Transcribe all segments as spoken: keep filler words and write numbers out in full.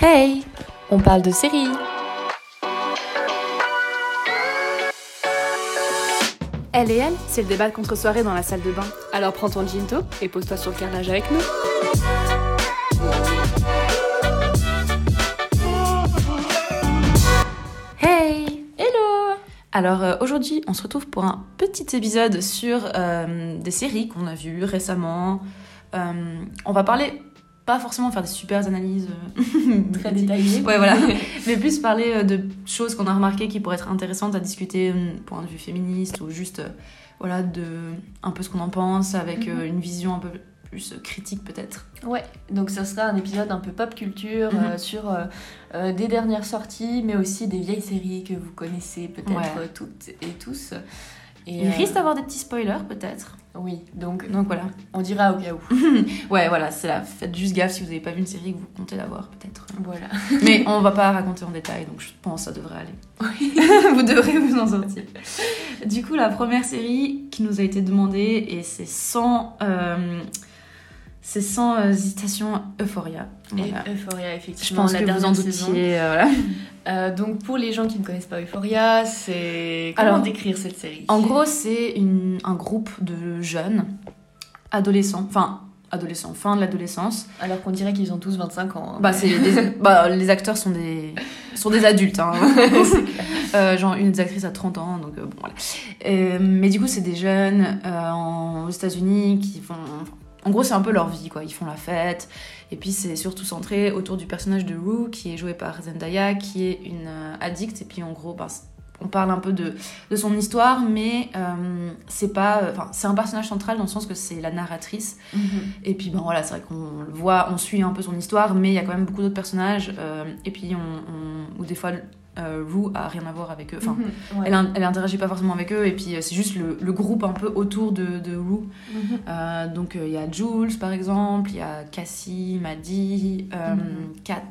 Hey, on parle de séries. Elle et elle, c'est le débat de contre-soirée dans la salle de bain. Alors prends ton ginto et pose-toi sur le carrelage avec nous. Hey, hello. Alors euh, aujourd'hui, on se retrouve pour un petit épisode sur euh, des séries qu'on a vues récemment. Euh, on va parler... pas forcément faire des super analyses très détaillées, ouais, voilà. mais plus parler de choses qu'on a remarquées qui pourraient être intéressantes à discuter d'un point de vue féministe ou juste euh, voilà, de un peu ce qu'on en pense avec mm-hmm. euh, une vision un peu plus critique peut-être. Ouais, donc ça sera un épisode un peu pop culture mm-hmm. euh, sur euh, euh, des dernières sorties mais aussi des vieilles séries que vous connaissez peut-être ouais. toutes et tous. Et il euh... risque d'avoir des petits spoilers peut-être. Oui, donc, donc voilà. On dira au cas où. ouais, voilà, c'est là. Faites juste gaffe si vous n'avez pas vu une série que vous comptez la voir, peut-être. Voilà. Mais on va pas raconter en détail, donc je pense que ça devrait aller. Oui. Vous devrez vous en sortir. Du coup, la première série qui nous a été demandée, et c'est sans... Euh, c'est sans euh, hésitation, Euphoria. Voilà. Et Euphoria, effectivement. Je pense que vous en doutiez. Euh, voilà. Euh, donc pour les gens qui ne connaissent pas Euphoria, c'est... Comment Alors, décrire cette série ? En gros, c'est une, un groupe de jeunes, adolescents, enfin adolescents, fin de l'adolescence. Alors qu'on dirait qu'ils ont tous vingt-cinq ans. Hein. Bah, c'est des, bah, les acteurs sont des, sont des adultes. Hein. euh, genre une des actrices a trente ans, donc euh, bon voilà. Euh, mais du coup, c'est des jeunes euh, en, aux États-Unis qui font... En gros, c'est un peu leur vie, quoi. Ils font la fête. Et puis, c'est surtout centré autour du personnage de Rue, qui est joué par Zendaya, qui est une euh, addict. Et puis, en gros, ben, on parle un peu de, de son histoire, mais euh, c'est pas... Enfin, c'est un personnage central dans le sens que c'est la narratrice. Mm-hmm. Et puis, ben voilà, c'est vrai qu'on le voit, on suit un peu son histoire, mais il y a quand même beaucoup d'autres personnages. Euh, et puis, on, on, ou des fois... Euh, Rue a rien à voir avec eux, enfin mm-hmm, ouais. elle, elle interagit pas forcément avec eux et puis euh, c'est juste le, le groupe un peu autour de, de Rue. Mm-hmm. euh, donc il euh, y a Jules par exemple, il y a Cassie, Maddie, euh, mm-hmm. Kat,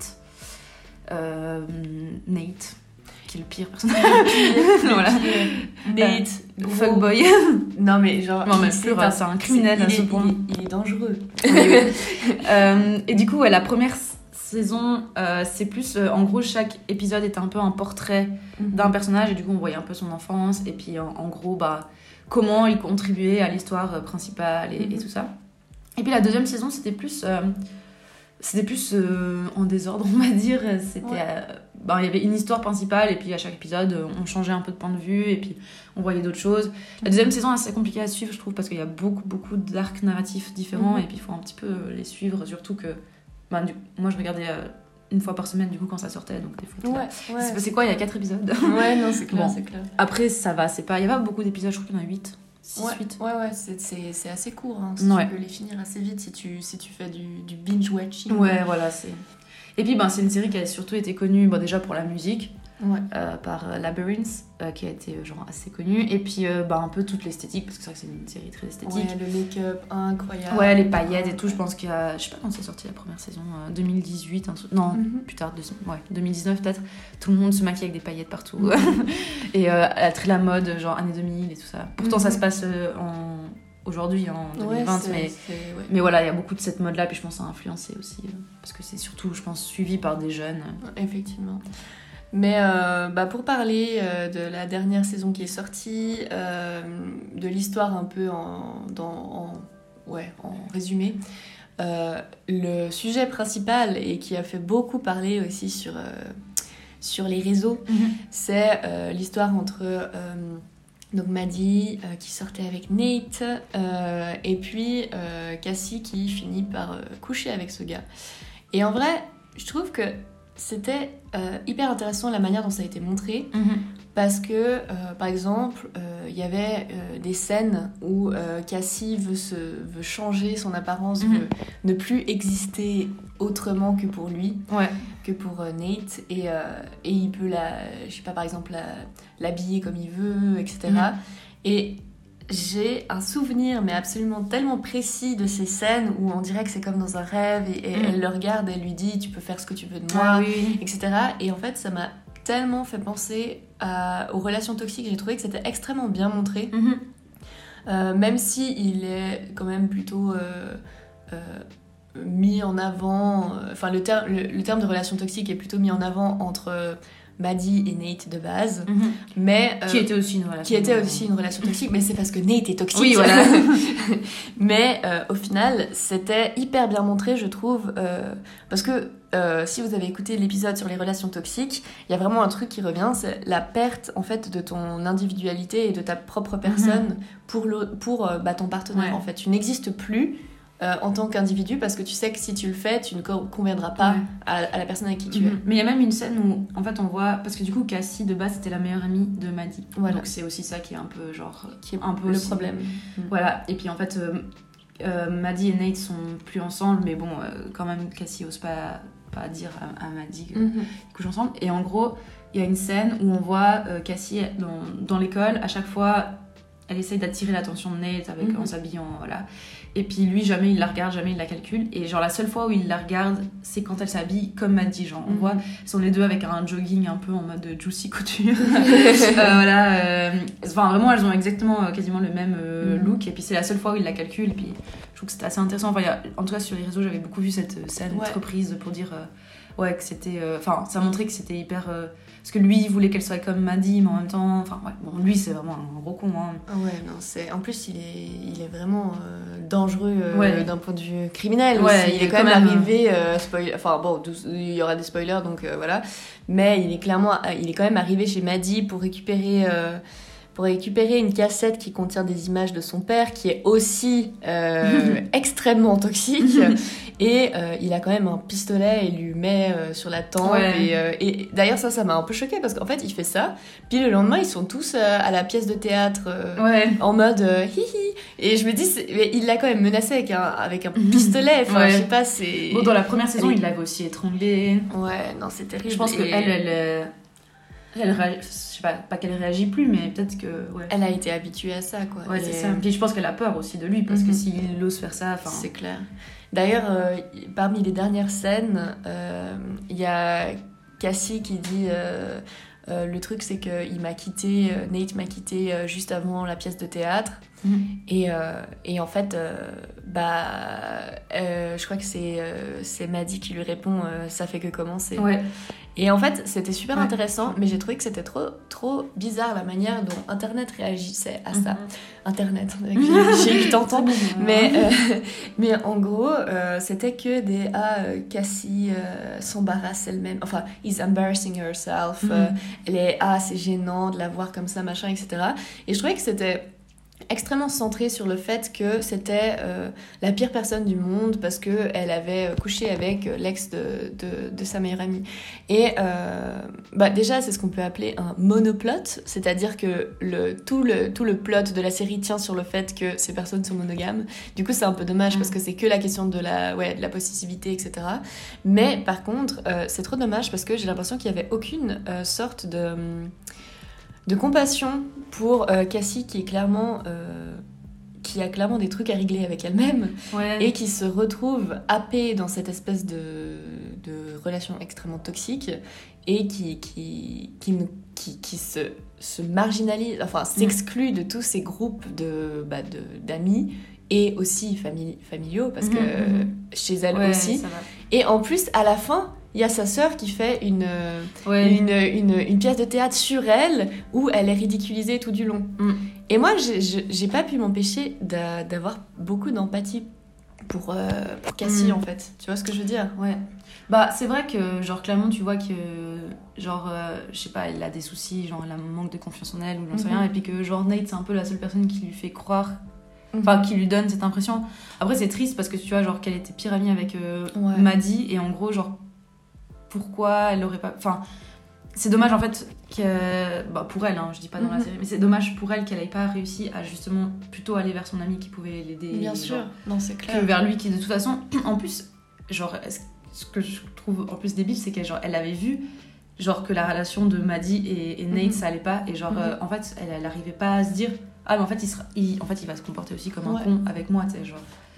euh, Nate qui est le pire personnage. Voilà. Nate, euh, fuckboy. Non mais genre non, mais c'est, un, c'est un criminel c'est, à ce est, point. Il est, il est dangereux. Oui, oui. euh, et du coup ouais, la première saison, euh, c'est plus... Euh, en gros, chaque épisode est un peu un portrait mm-hmm. d'un personnage et du coup, on voyait un peu son enfance et puis, en, en gros, bah, comment il contribuait à l'histoire principale et, mm-hmm. et tout ça. Et puis, la deuxième saison, c'était plus... Euh, c'était plus euh, en désordre, on va dire. C'était... Ouais. Euh, bah, il y avait une histoire principale et puis, à chaque épisode, on changeait un peu de point de vue et puis, on voyait d'autres choses. La deuxième saison est assez compliquée à suivre, je trouve, parce qu'il y a beaucoup, beaucoup d'arcs narratifs différents mm-hmm. et puis, il faut un petit peu les suivre, surtout que... Bah, du... Moi, je regardais euh, une fois par semaine, du coup, quand ça sortait. Donc, des fois, ouais, ouais. C'est passé quoi ? Il y a quatre épisodes. Ouais, non, c'est clair, bon. c'est clair. Après, ça va. C'est pas... Il n'y a pas beaucoup d'épisodes. Je crois qu'il y en a huit. six, ouais, huit. Ouais, ouais, c'est, c'est, c'est assez court. Hein, si ouais. tu peux les finir assez vite, si tu, si tu fais du, du binge-watching. Ouais, voilà. C'est... Et puis, ben, c'est une série qui a surtout été connue bon, déjà pour la musique. Ouais. Euh, par Labyrinth, euh, qui a été euh, genre assez connu, et puis euh, bah, un peu toute l'esthétique, parce que c'est vrai que c'est une série très esthétique. Ouais, le make-up incroyable. Ouais, les paillettes et tout, je pense qu'il y a, je sais pas quand c'est sorti la première saison, euh, deux mille dix-huit, un truc, non, mm-hmm. plus tard, deux, ouais, deux mille dix-neuf peut-être, tout le monde se maquille avec des paillettes partout, mm-hmm. et euh, elle a très la mode, genre années deux mille et tout ça. Pourtant, mm-hmm. ça se passe euh, en... aujourd'hui, en deux mille vingt, ouais, c'est, mais, c'est, ouais. mais voilà, il y a beaucoup de cette mode-là, puis je pense que ça a influencé aussi, euh, parce que c'est surtout, je pense, suivi par des jeunes. Effectivement. Mais euh, bah pour parler euh, de la dernière saison qui est sortie, euh, de l'histoire un peu en, dans, en, ouais, en résumé, euh, le sujet principal et qui a fait beaucoup parler aussi sur, euh, sur les réseaux, mm-hmm. c'est euh, l'histoire entre euh, donc Maddie euh, qui sortait avec Nate euh, et puis euh, Cassie qui finit par euh, coucher avec ce gars. Et en vrai, je trouve que c'était euh, hyper intéressant la manière dont ça a été montré mm-hmm. parce que, euh, par exemple, il euh, y avait euh, des scènes où euh, Cassie veut, se, veut changer son apparence, mm-hmm. veut ne plus exister autrement que pour lui, ouais. que pour euh, Nate, et, euh, et il peut, la, je sais pas, par exemple, la, l'habiller comme il veut, et cetera. Mm-hmm. Et j'ai un souvenir, mais absolument tellement précis de ces scènes où on dirait que c'est comme dans un rêve et, et mmh. elle le regarde et elle lui dit « tu peux faire ce que tu veux de moi ah, oui. », et cetera. Et en fait, ça m'a tellement fait penser à, aux relations toxiques. J'ai trouvé que c'était extrêmement bien montré, mmh. euh, même si il est quand même plutôt... Euh, euh, mis en avant, enfin euh, le, ter- le, le terme de relation toxique est plutôt mis en avant entre euh, Maddie et Nate de base, mm-hmm. mais euh, qui était aussi une relation qui était aussi une relation toxique, mais c'est parce que Nate est toxique. Oui, voilà. Mais euh, au final, c'était hyper bien montré, je trouve, euh, parce que euh, si vous avez écouté l'épisode sur les relations toxiques, il y a vraiment un truc qui revient, c'est la perte en fait de ton individualité et de ta propre personne mm-hmm. pour le, pour euh, bah, ton partenaire. Ouais. En fait, tu n'existes plus. Euh, en tant qu'individu, parce que tu sais que si tu le fais, tu ne conviendras pas ouais. à, à la personne avec qui tu mm-hmm. es. Mais il y a même une scène où, en fait, on voit... Parce que du coup, Cassie, de base, c'était la meilleure amie de Maddie. Voilà. Donc c'est aussi ça qui est un peu, genre... Qui est un peu le aussi... problème. Mm. Voilà. Et puis, en fait, euh, euh, Maddie et Nate sont plus ensemble, mais bon, euh, quand même, Cassie ose pas, pas dire à, à Maddie qu'ils mm-hmm. couchent ensemble. Et en gros, il y a une scène où on voit euh, Cassie dans, dans l'école, à chaque fois... Elle essaye d'attirer l'attention de Nate avec, mm-hmm. en s'habillant, voilà. Et puis lui, jamais il la regarde, jamais il la calcule. Et genre, la seule fois où il la regarde, c'est quand elle s'habille comme Maddie. Genre, on mm-hmm. voit, ils sont les deux avec un jogging un peu en mode Juicy Couture. euh, voilà. Euh, enfin, vraiment, elles ont exactement, euh, quasiment le même euh, mm-hmm. look. Et puis, c'est la seule fois où il la calcule. Et puis, je trouve que c'était assez intéressant. Enfin, y a, en tout cas, sur les réseaux, j'avais beaucoup vu cette scène ouais. reprise pour dire... Euh, ouais, que c'était... Enfin, euh, ça montrait que c'était hyper... Euh, parce que lui, il voulait qu'elle soit comme Maddie, mais en même temps... Enfin, ouais, bon, lui, c'est vraiment un gros con. Hein. Ouais, non, c'est... En plus, il est, il est vraiment euh, dangereux euh, ouais. d'un point de vue criminel. Ouais, aussi. Il, il est quand, quand même, même arrivé... Euh, spoil... Enfin, bon, il y aura des spoilers, donc euh, voilà. Mais il est clairement... Il est quand même arrivé chez Maddie pour récupérer... Euh, pour récupérer une cassette qui contient des images de son père, qui est aussi euh, extrêmement toxique. Et euh, il a quand même un pistolet et lui met euh, sur la tempe. Ouais. Et, euh, et d'ailleurs, ça, ça m'a un peu choquée parce qu'en fait, il fait ça. Puis le lendemain, ils sont tous euh, à la pièce de théâtre euh, ouais. en mode euh, hi-hi. Et je me dis, mais il l'a quand même menacé avec un, avec un pistolet. Enfin, ouais. je sais pas, c'est... Bon, dans la première saison, et... il l'avait aussi étranglé. Ouais, non, c'est terrible. Je pense et... qu'elle, elle... elle... Elle réagit, je sais pas, pas qu'elle réagit plus, mais peut-être que... Ouais. Elle a été habituée à ça, quoi. Ouais, et... c'est ça. Puis je pense qu'elle a peur aussi de lui, parce mm-hmm. que s'il ose faire ça... Fin... C'est clair. D'ailleurs, euh, parmi les dernières scènes, il euh, y a Cassie qui dit... Euh, euh, le truc, c'est qu'il m'a quitté, euh, Nate m'a quitté euh, juste avant la pièce de théâtre. Mm-hmm. Et, euh, et en fait, euh, bah, euh, je crois que c'est, euh, c'est Maddie qui lui répond euh, « ça fait que commencer ouais. ». Et en fait, c'était super ouais. intéressant, mais j'ai trouvé que c'était trop, trop bizarre la manière dont Internet réagissait à ça. Mm-hmm. Internet, j'ai eu t'entends. mais, euh, mais en gros, euh, c'était que des « ah, euh, Cassie euh, s'embarrasse elle-même ». Enfin, « is embarrassing herself mm-hmm. ». Euh, elle est « ah, c'est gênant de la voir comme ça, machin, et cetera » Et je trouvais que c'était... extrêmement centrée sur le fait que c'était euh, la pire personne du monde parce qu'elle avait couché avec l'ex de, de, de sa meilleure amie. Et euh, bah déjà, c'est ce qu'on peut appeler un monoplot, c'est-à-dire que le, tout, le, tout le plot de la série tient sur le fait que ces personnes sont monogames. Du coup, c'est un peu dommage parce que c'est que la question de la, ouais, de la possessivité, et cetera. Mais par contre, euh, c'est trop dommage parce que j'ai l'impression qu'il n'y avait aucune euh, sorte de... de compassion pour euh, Cassie qui est clairement euh, qui a clairement des trucs à régler avec elle-même ouais. et qui se retrouve happée dans cette espèce de, de relation extrêmement toxique et qui, qui, qui, qui, qui se, se marginalise, enfin s'exclut de tous ces groupes de, bah, de, d'amis et aussi famili- familiaux parce que mmh, mmh. chez elle ouais, aussi. Et en plus, à la fin, il y a sa sœur qui fait une, ouais. une, une, une pièce de théâtre sur elle où elle est ridiculisée tout du long. Mm. Et moi, j'ai, j'ai pas pu m'empêcher d'a, d'avoir beaucoup d'empathie pour, euh, pour Cassie, mm. en fait. Tu vois ce que je veux dire ? Ouais. Bah, c'est vrai que, genre, clairement, tu vois que, genre, euh, je sais pas, elle a des soucis, genre, elle a un manque de confiance en elle ou j'en sais mm-hmm. rien, et puis que, genre, Nate, c'est un peu la seule personne qui lui fait croire... Enfin, mm-hmm. qui lui donne cette impression. Après, c'est triste parce que, tu vois, genre, qu'elle était pire amie avec euh, ouais. Maddie, et en gros, genre... pourquoi elle aurait pas... Enfin, c'est dommage en fait que... Bah, pour elle, hein, je dis pas dans mm-hmm. la série, mais c'est dommage pour elle qu'elle ait pas réussi à justement plutôt aller vers son ami qui pouvait l'aider. Bien sûr, genre, non c'est clair. Que vers lui qui de toute façon... En plus, genre, ce que je trouve en plus débile, c'est qu'elle genre, elle avait vu genre que la relation de Maddie et, et Nate, mm-hmm. ça allait pas, et genre, mm-hmm. euh, en fait, elle, elle arrivait pas à se dire... Ah, mais en fait, il, sera, il, en fait, il va se comporter aussi comme un ouais. con avec moi, tu sais, genre.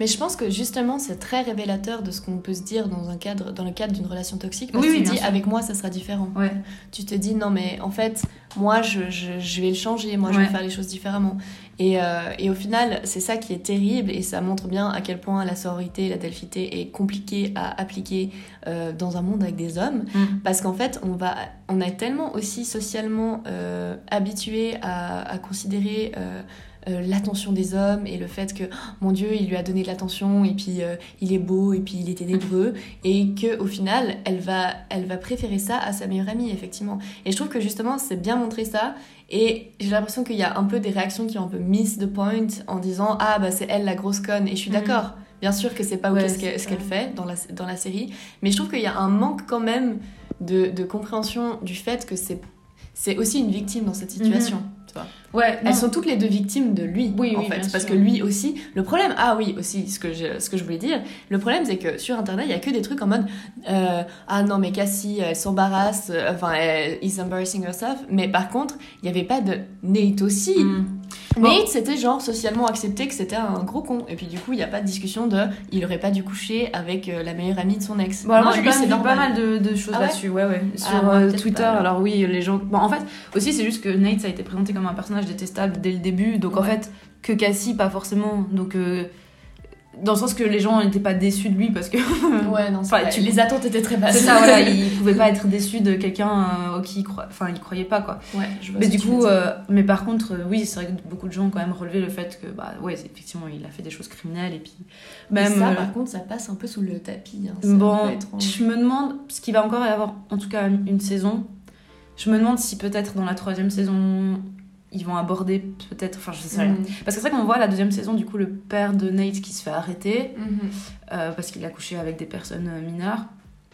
Mais je pense que justement, c'est très révélateur de ce qu'on peut se dire dans, un cadre, dans le cadre d'une relation toxique. Parce Oui, que oui, tu te bien dis, sûr. avec moi, ça sera différent. Ouais. Tu te dis, non, mais en fait, moi, je, je, je vais le changer. Moi, je Ouais. vais faire les choses différemment. Et, euh, et au final, c'est ça qui est terrible. Et ça montre bien à quel point la sororité, la delphité est compliquée à appliquer euh, dans un monde avec des hommes. Mm. Parce qu'en fait, on, va, on est tellement aussi socialement euh, habitué à, à considérer... Euh, Euh, l'attention des hommes et le fait que oh, mon Dieu il lui a donné de l'attention et puis euh, il est beau et puis il est ténébreux et que au final elle va elle va préférer ça à sa meilleure amie effectivement. Et je trouve que justement c'est bien montré ça et j'ai l'impression qu'il y a un peu des réactions qui ont un peu miss the point en disant ah bah c'est elle la grosse conne et je suis Mhm. d'accord. Bien sûr que c'est pas Ouais, ok ce qu'elle, ce qu'elle fait dans la, dans la série, mais je trouve qu'il y a un manque quand même de, de compréhension du fait que c'est, c'est aussi une victime dans cette situation. Mm-hmm. Tu vois. Ouais, elles sont toutes les deux victimes de lui, oui, en oui, fait, bien parce sûr. que lui aussi. Le problème, ah oui, aussi, ce que je, ce que je voulais dire, le problème, c'est que sur Internet, il y a que des trucs en mode, euh, ah non, mais Cassie, elle s'embarrasse, euh, enfin, elle is embarrassing herself. Mais par contre, il y avait pas de Nate aussi. Mm. Nate, Bon. c'était genre socialement accepté que c'était un gros con. Et puis du coup, il n'y a pas de discussion de, il aurait pas dû coucher avec euh, la meilleure amie de son ex. Bon, alors non, moi j'ai lui, quand même c'est vu pas normal. mal de, de choses Ah ouais là-dessus, ouais, ouais. Sur Ah, moi, euh, peut-être Twitter, pas, alors. alors oui, les gens. Bon, en fait, aussi c'est juste que Nate ça a été présenté comme un personnage détestable dès le début, donc en Ouais. fait, que Cassie, pas forcément. Donc, euh, dans le sens que les gens n'étaient pas déçus de lui parce que. Ouais, non, c'est Enfin, vrai. tu- Les attentes étaient très basses. C'est ça, voilà, ils pouvaient pas être déçus de quelqu'un euh, qui ils croient. Enfin, ils croyaient pas, quoi. Ouais, je vois Mais ce du que tu coup, veux dire. euh, mais par contre, euh, oui, c'est vrai que beaucoup de gens ont quand même relevé le fait que, bah, ouais, c'est- effectivement, il a fait des choses criminelles et puis. Même. Et ça, euh, par contre, ça passe un peu sous le tapis. Hein. C'est Bon, un peu étrange. je me demande, parce qu'il va encore y avoir en tout cas une saison, je me demande si peut-être dans la troisième saison, ils vont aborder peut-être, enfin je sais rien. Mhm. Parce que c'est vrai qu'on voit la deuxième saison, du coup, le père de Nate qui se fait arrêter, Mhm. euh, parce qu'il a couché avec des personnes euh, mineures.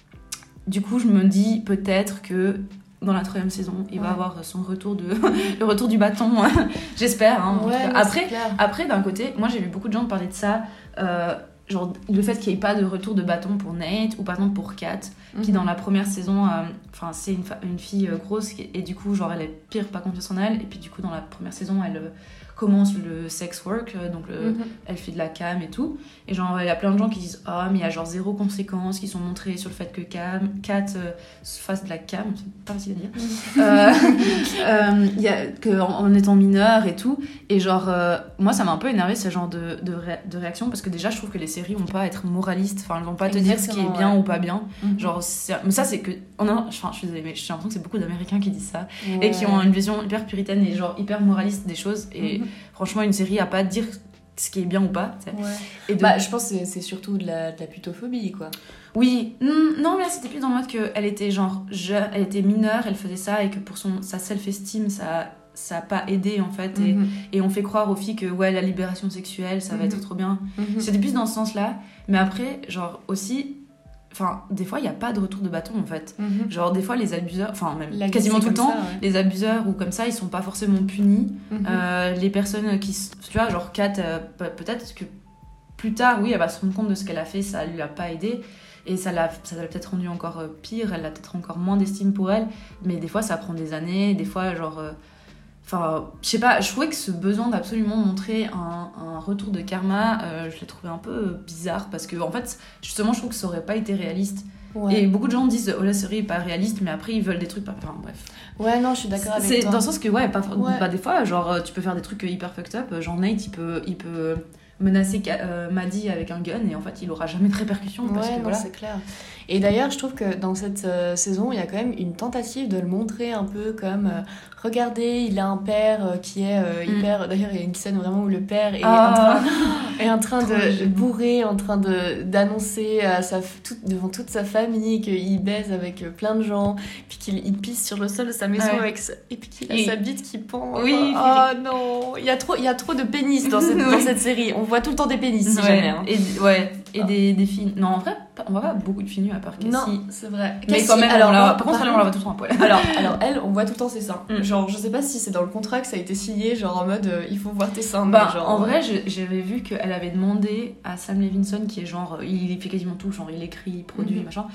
Du coup, je me dis peut-être que dans la troisième saison, il va Ouais. avoir son retour de le retour du bâton, j'espère. Hein, en tout Ouais, cas. non, Après, c'est clair. après, d'un côté, moi j'ai vu beaucoup de gens parler de ça, euh, genre le fait qu'il n'y ait pas de retour de bâton pour Nate ou par exemple pour Kat, qui Mhm. dans la première saison, enfin c'est une, fa- une fille euh, grosse qui- et du coup genre elle est pire pas confiance en elle et puis du coup dans la première saison elle euh, commence le sex work, euh, donc le, Mhm. elle fait de la cam et tout et genre il y a plein de gens qui disent ah mais il y a genre zéro conséquence qui sont montrées sur le fait que Cam, Kat euh, se fasse de la cam, c'est pas facile à dire. Euh, euh, il y a que en, en étant mineur et tout et genre euh, moi ça m'a un peu énervé ce genre de, de, ré- de réaction parce que déjà je trouve que les séries vont pas être moralistes, enfin elles vont pas te dire ce qui est Exactement, bien ouais. ou pas bien, Mhm. genre c'est- mais ça c'est que on a, enfin je suis désolée mais j'ai l'impression que c'est beaucoup d'Américains qui disent ça et Ouais. qui ont une vision hyper puritaine et genre hyper moraliste des choses et Mhm. franchement une série a pas à dire ce qui est bien ou pas, tu sais. Ouais. Et de- Bah, je pense que c'est, c'est surtout de la, de la putophobie, quoi. oui, mm, non mais là c'était plus dans le mode qu'elle était genre jeune, elle était mineure, elle faisait ça et que pour son sa self-esteem ça ça a pas aidé en fait et, Mhm. et on fait croire aux filles que ouais la libération sexuelle ça va Mhm. être trop bien. Mhm. C'était plus dans ce sens-là, mais après genre aussi enfin des fois il y a pas de retour de bâton en fait. Mhm. Genre des fois les abuseurs, enfin même La vie, quasiment c'est tout le comme temps, ça, ouais. les abuseurs ou comme ça ils sont pas forcément punis. Mhm. Euh, les personnes qui s- tu vois genre Kat euh, pe- peut-être que plus tard oui elle va se rendre compte de ce qu'elle a fait, ça lui a pas aidé et ça l'a ça l'a peut-être rendu encore euh, pire, elle a peut-être encore moins d'estime pour elle, mais des fois ça prend des années, des fois genre euh, enfin je sais pas, je trouvais que ce besoin d'absolument montrer un, un retour de karma euh, je l'ai trouvé un peu euh, bizarre parce que en fait justement je trouve que ça aurait pas été réaliste. Ouais. Et beaucoup de gens disent oh la série est pas réaliste mais après ils veulent des trucs pas enfin bref. Ouais, non, je suis d'accord avec C'est toi. dans le sens que ouais, pas, Ouais. bah, des fois genre euh, tu peux faire des trucs hyper fucked up, genre Nate il peut il peut menacer Ka- euh, Maddie avec un gun et en fait il aura jamais de répercussions parce Ouais, que non, voilà. c'est clair. Et d'ailleurs, je trouve que dans cette euh, saison, il y a quand même une tentative de le montrer un peu comme euh, regardez, il a un père euh, qui est euh, Mm. hyper. D'ailleurs, il y a une scène vraiment où le père est Ah. en train, est en train Trop de gênant. bourrer, en train de d'annoncer à sa, f- tout, devant toute sa famille qu'il baise avec euh, plein de gens, puis qu'il il pisse sur le sol de sa maison Ouais. avec sa- et puis qu'il a Et- sa bite qui pend. Oui, Oh non, il y a trop, il y a trop de pénis dans cette, Oui. dans cette série. On voit tout le temps des pénis, si Ouais, jamais. Hein. et, ouais, et Ah. des, des filles. Non, en vrai, pas- on voit pas beaucoup de filles nues à part Cassie. Non, c'est vrai. Mais Cassie, quand même, alors, on la... moi, par contre, elle, on la voit tout le temps à poil. alors, alors, elle, on voit tout le temps ses seins. Mm. Genre, je sais pas si c'est dans le contrat que ça a été signé, genre en mode euh, il faut voir tes seins. Bah, mais genre, en euh, vrai, je- j'avais vu qu'elle avait demandé à Sam Levinson, qui est genre, il fait quasiment tout, genre il écrit, il produit, Mhm. machin,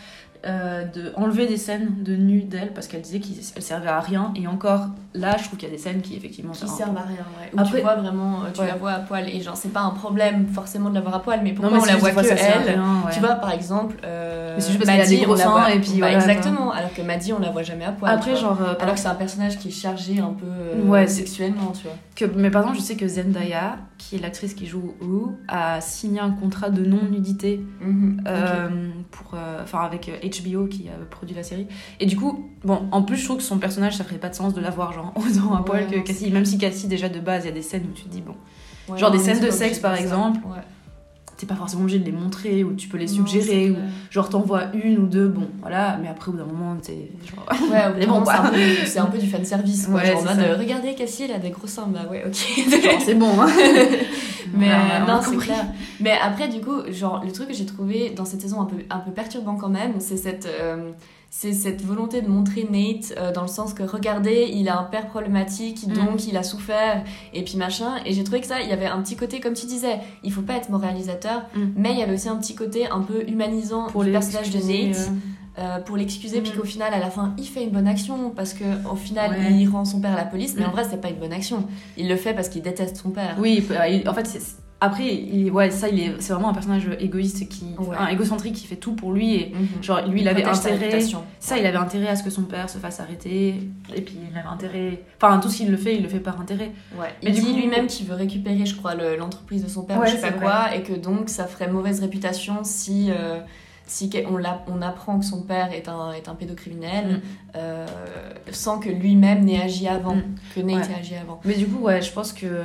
euh, de enlever des scènes de nu d'elle parce qu'elle disait qu'elles servaient à rien. Et encore, là, je trouve qu'il y a des scènes qui, effectivement, qui servent à rien, ouais. Où Après, tu vois vraiment, tu ouais. la vois à poil. Et genre, c'est pas un problème forcément de la voir à poil, mais pourquoi non, mais on la voit que elle rien, ouais. Tu vois, par exemple, euh, mais c'est juste parce Maddie, qu'elle a des gros seins voit... et puis bah, voilà, exactement. Quoi. Alors que Maddie, on la voit jamais à poil. Après, genre, euh, alors que c'est un personnage qui est chargé un peu euh, ouais, sexuellement, tu vois. Que, mais par exemple, je sais que Zendaya, qui est l'actrice qui joue Ru, a signé un contrat de non-nudité mm-hmm. euh, okay. pour, enfin, euh, avec H B O qui a produit la série. Et du coup, bon, en plus, je trouve que son personnage, ça ferait pas de sens de l'avoir genre autant à poil ouais, que Cassie. Même si Cassie, déjà de base, il y a des scènes où tu te dis, bon, ouais, genre non, des scènes de sexe par exemple. Ouais. T'es pas forcément obligé de les montrer ou tu peux les suggérer non, ou genre t'en vois une ou deux, bon voilà, mais après au bout d'un moment t'es genre ouais, au bout d'un moment c'est un, peu, c'est un peu du fanservice quoi, ouais, genre en mode euh, regardez Cassie elle a des gros seins, bah ouais ok genre, c'est bon hein. mais voilà, euh, non c'est clair, mais après du coup genre le truc que j'ai trouvé dans cette saison un peu, un peu perturbant quand même, c'est cette euh, c'est cette volonté de montrer Nate euh, dans le sens que regardez il a un père problématique donc mm. il a souffert et puis machin, et j'ai trouvé que ça il y avait un petit côté comme tu disais, il faut pas être moralisateur mm. mais il y avait aussi un petit côté un peu humanisant pour du personnage de Nate euh... Euh, pour l'excuser mm. puis qu'au final à la fin il fait une bonne action parce que au final ouais. il rend son père à la police, mais mm. en vrai c'est pas une bonne action, il le fait parce qu'il déteste son père. Oui il, en fait c'est après, il, ouais, ça, il est, c'est vraiment un personnage égoïste, qui, ouais. un égocentrique qui fait tout pour lui. Et mm-hmm. genre, lui, il, il avait intérêt. Ça, ouais. il avait intérêt à ce que son père se fasse arrêter. Et puis, il avait intérêt. Enfin, tout ce qu'il le fait, il le fait par intérêt. Ouais. Mais il dit coup, lui-même qu'il veut récupérer, je crois, le, l'entreprise de son père, ouais, je sais pas quoi, et que donc ça ferait mauvaise réputation si. Euh, si on, on apprend que son père est un, est un pédocriminel mm. euh, sans que lui-même n'ait agi avant, mm. que Nate ouais. ait agi avant. Mais du coup, ouais, je pense que.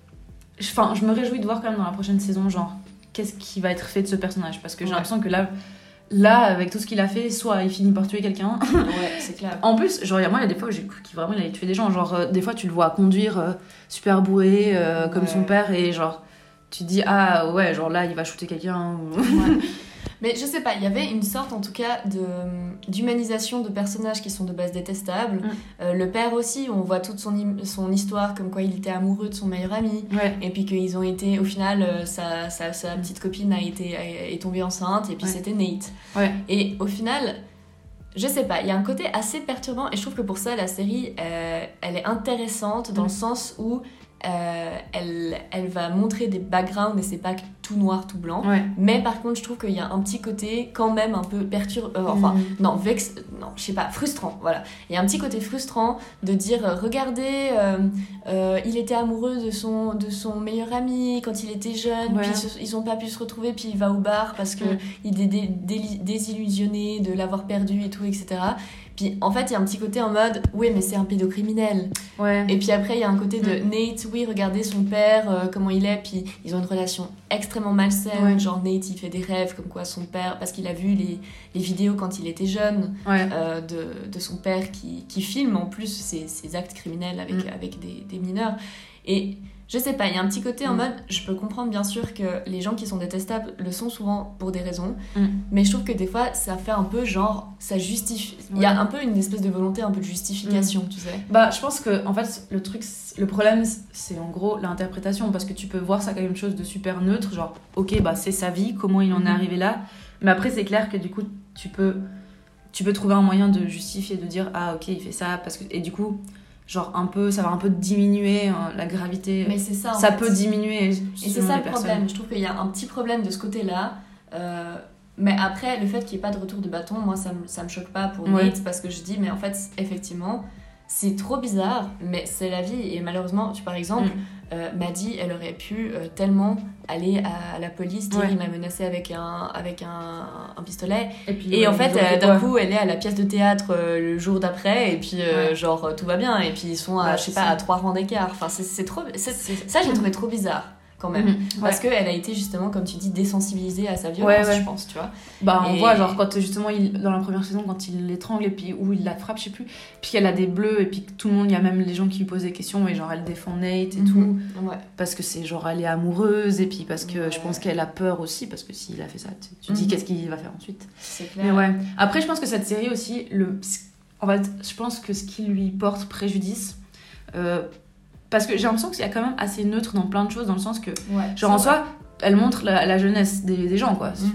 Enfin, je me réjouis de voir quand même dans la prochaine saison, genre, qu'est-ce qui va être fait de ce personnage. Parce que j'ai ouais. l'impression que là, là, avec tout ce qu'il a fait, soit il finit par tuer quelqu'un. Ouais, c'est clair. En plus, genre, moi, il y a des fois où j'ai cru qu'il vraiment il allait tuer des gens. Genre, euh, des fois, tu le vois conduire euh, super bourré, euh, comme ouais. son père, et genre, tu te dis, ah ouais, genre là, il va shooter quelqu'un. Ou... Ouais. Mais je sais pas, il y avait une sorte en tout cas de, d'humanisation de personnages qui sont de base détestables. Mm. Euh, le père aussi, on voit toute son, son histoire, comme quoi il était amoureux de son meilleur ami. Ouais. Et puis qu'ils ont été, au final, euh, sa, sa, sa petite copine a été, a, est tombée enceinte, et puis ouais. c'était Nate. Ouais. Et au final, je sais pas, il y a un côté assez perturbant, et je trouve que pour ça, la série, euh, elle est intéressante dans mm. le sens où Euh, elle, elle va montrer des backgrounds et c'est pas tout noir, tout blanc. Ouais. Mais par contre, je trouve qu'il y a un petit côté quand même un peu perturbant. Euh, enfin, mmh. non, vex. Non, je sais pas, frustrant. Voilà. Il y a un petit côté frustrant de dire euh, regardez, euh, euh, il était amoureux de son, de son meilleur ami quand il était jeune, ouais. puis ils, ils ont pas pu se retrouver, puis il va au bar parce qu'il mmh. est dé- dé- désillusionné de l'avoir perdu et tout, et cetera. Puis en fait, il y a un petit côté en mode oui, mais c'est un pédocriminel. Ouais. Et puis après, il y a un côté de mmh. Nate, oui, regardez son père, euh, comment il est. Puis ils ont une relation extrêmement malsaine. Ouais. Genre, Nate, il fait des rêves comme quoi son père, parce qu'il a vu les, les vidéos quand il était jeune ouais. euh, de, de son père qui, qui filme en plus ses, ses actes criminels avec, mmh. avec des, des mineurs. Et. Je sais pas, il y a un petit côté en mm. mode, je peux comprendre bien sûr que les gens qui sont détestables le sont souvent pour des raisons, mm. mais je trouve que des fois ça fait un peu genre, ça justifie. Il ouais. y a un peu une espèce de volonté, un peu de justification, mm. tu sais. Bah, je pense que en fait, le truc, le problème, c'est en gros l'interprétation, parce que tu peux voir ça comme une chose de super neutre, genre, ok, bah c'est sa vie, comment il en mm. est arrivé là, mais après c'est clair que du coup, tu peux, tu peux trouver un moyen de justifier, de dire, ah ok, il fait ça, parce que, et du coup. Genre un peu, ça va un peu diminuer hein, la gravité. Mais c'est ça. Ça fait. peut diminuer. Et c'est ça le problème. Je trouve qu'il y a un petit problème de ce côté-là. Euh, mais après, le fait qu'il n'y ait pas de retour de bâton, moi, ça me, ça me choque pas pour ouais. Nate, parce que je dis, mais en fait, effectivement, c'est trop bizarre, mais c'est la vie. Et malheureusement, tu, par exemple, mm. euh, Maddie, elle aurait pu euh, tellement aller à, à la police, dire, ouais. il m'a menacé avec un, avec un, un pistolet. Et, puis, et ouais, en fait, euh, d'un ouais. coup, elle est à la pièce de théâtre euh, le jour d'après, et puis, euh, ouais. genre, tout va bien. Et puis, ils sont, à, ouais, je sais pas, ça. à trois rangs d'écart. Enfin, c'est, c'est trop... C'est, c'est... Ça, j'ai trouvé trop bizarre. Quand même, mmh, parce ouais. qu'elle a été justement, comme tu dis, désensibilisée à sa violence, ouais, ouais. je pense, tu vois. Bah, on et... voit, genre, quand justement, il, dans la première saison, quand il l'étrangle et puis où il la frappe, je sais plus, puis qu'elle a des bleus et puis tout le monde, il y a même les gens qui lui posent des questions et genre, elle défend Nate et mmh, tout, ouais. parce que c'est genre, elle est amoureuse et puis parce que ouais. je pense qu'elle a peur aussi, parce que s'il a fait ça, tu, tu mmh. dis qu'est-ce qu'il va faire ensuite. C'est clair. Mais ouais. Après, je pense que cette série aussi, le... en fait, je pense que ce qui lui porte préjudice, euh, parce que j'ai l'impression qu'il y a quand même assez neutre dans plein de choses, dans le sens que, ouais, genre en soi, elle montre la, la jeunesse des, des gens, quoi. Mm-hmm.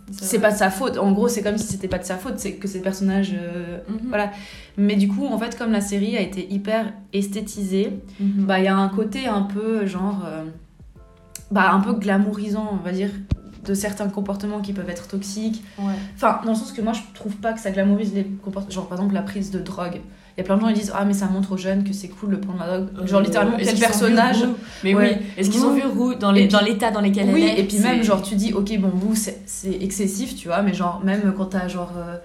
c'est, c'est pas de sa faute. En gros, c'est comme si c'était pas de sa faute, c'est que ces personnages... Euh, mm-hmm. Voilà. Mais du coup, en fait, comme la série a été hyper esthétisée, mm-hmm. bah, il y a un côté un peu, genre... Euh, bah, un peu glamourisant, on va dire, de certains comportements qui peuvent être toxiques. Ouais. Enfin, dans le sens que moi, je trouve pas que ça glamourise les comportements. Genre, par exemple, la prise de drogue. Il y a plein de gens qui disent « Ah, mais ça montre aux jeunes que c'est cool de prendre la drogue. Euh, » Genre, littéralement, quel personnage... Mais ouais. Oui, est-ce qu'ils ont vu Rue dans, les, puis, dans l'état dans lequel oui, elle est? Oui, et puis c'est... même, genre, tu dis « Ok, bon, vous, c'est, c'est excessif, tu vois. » Mais genre, même quand t'as, genre... Euh,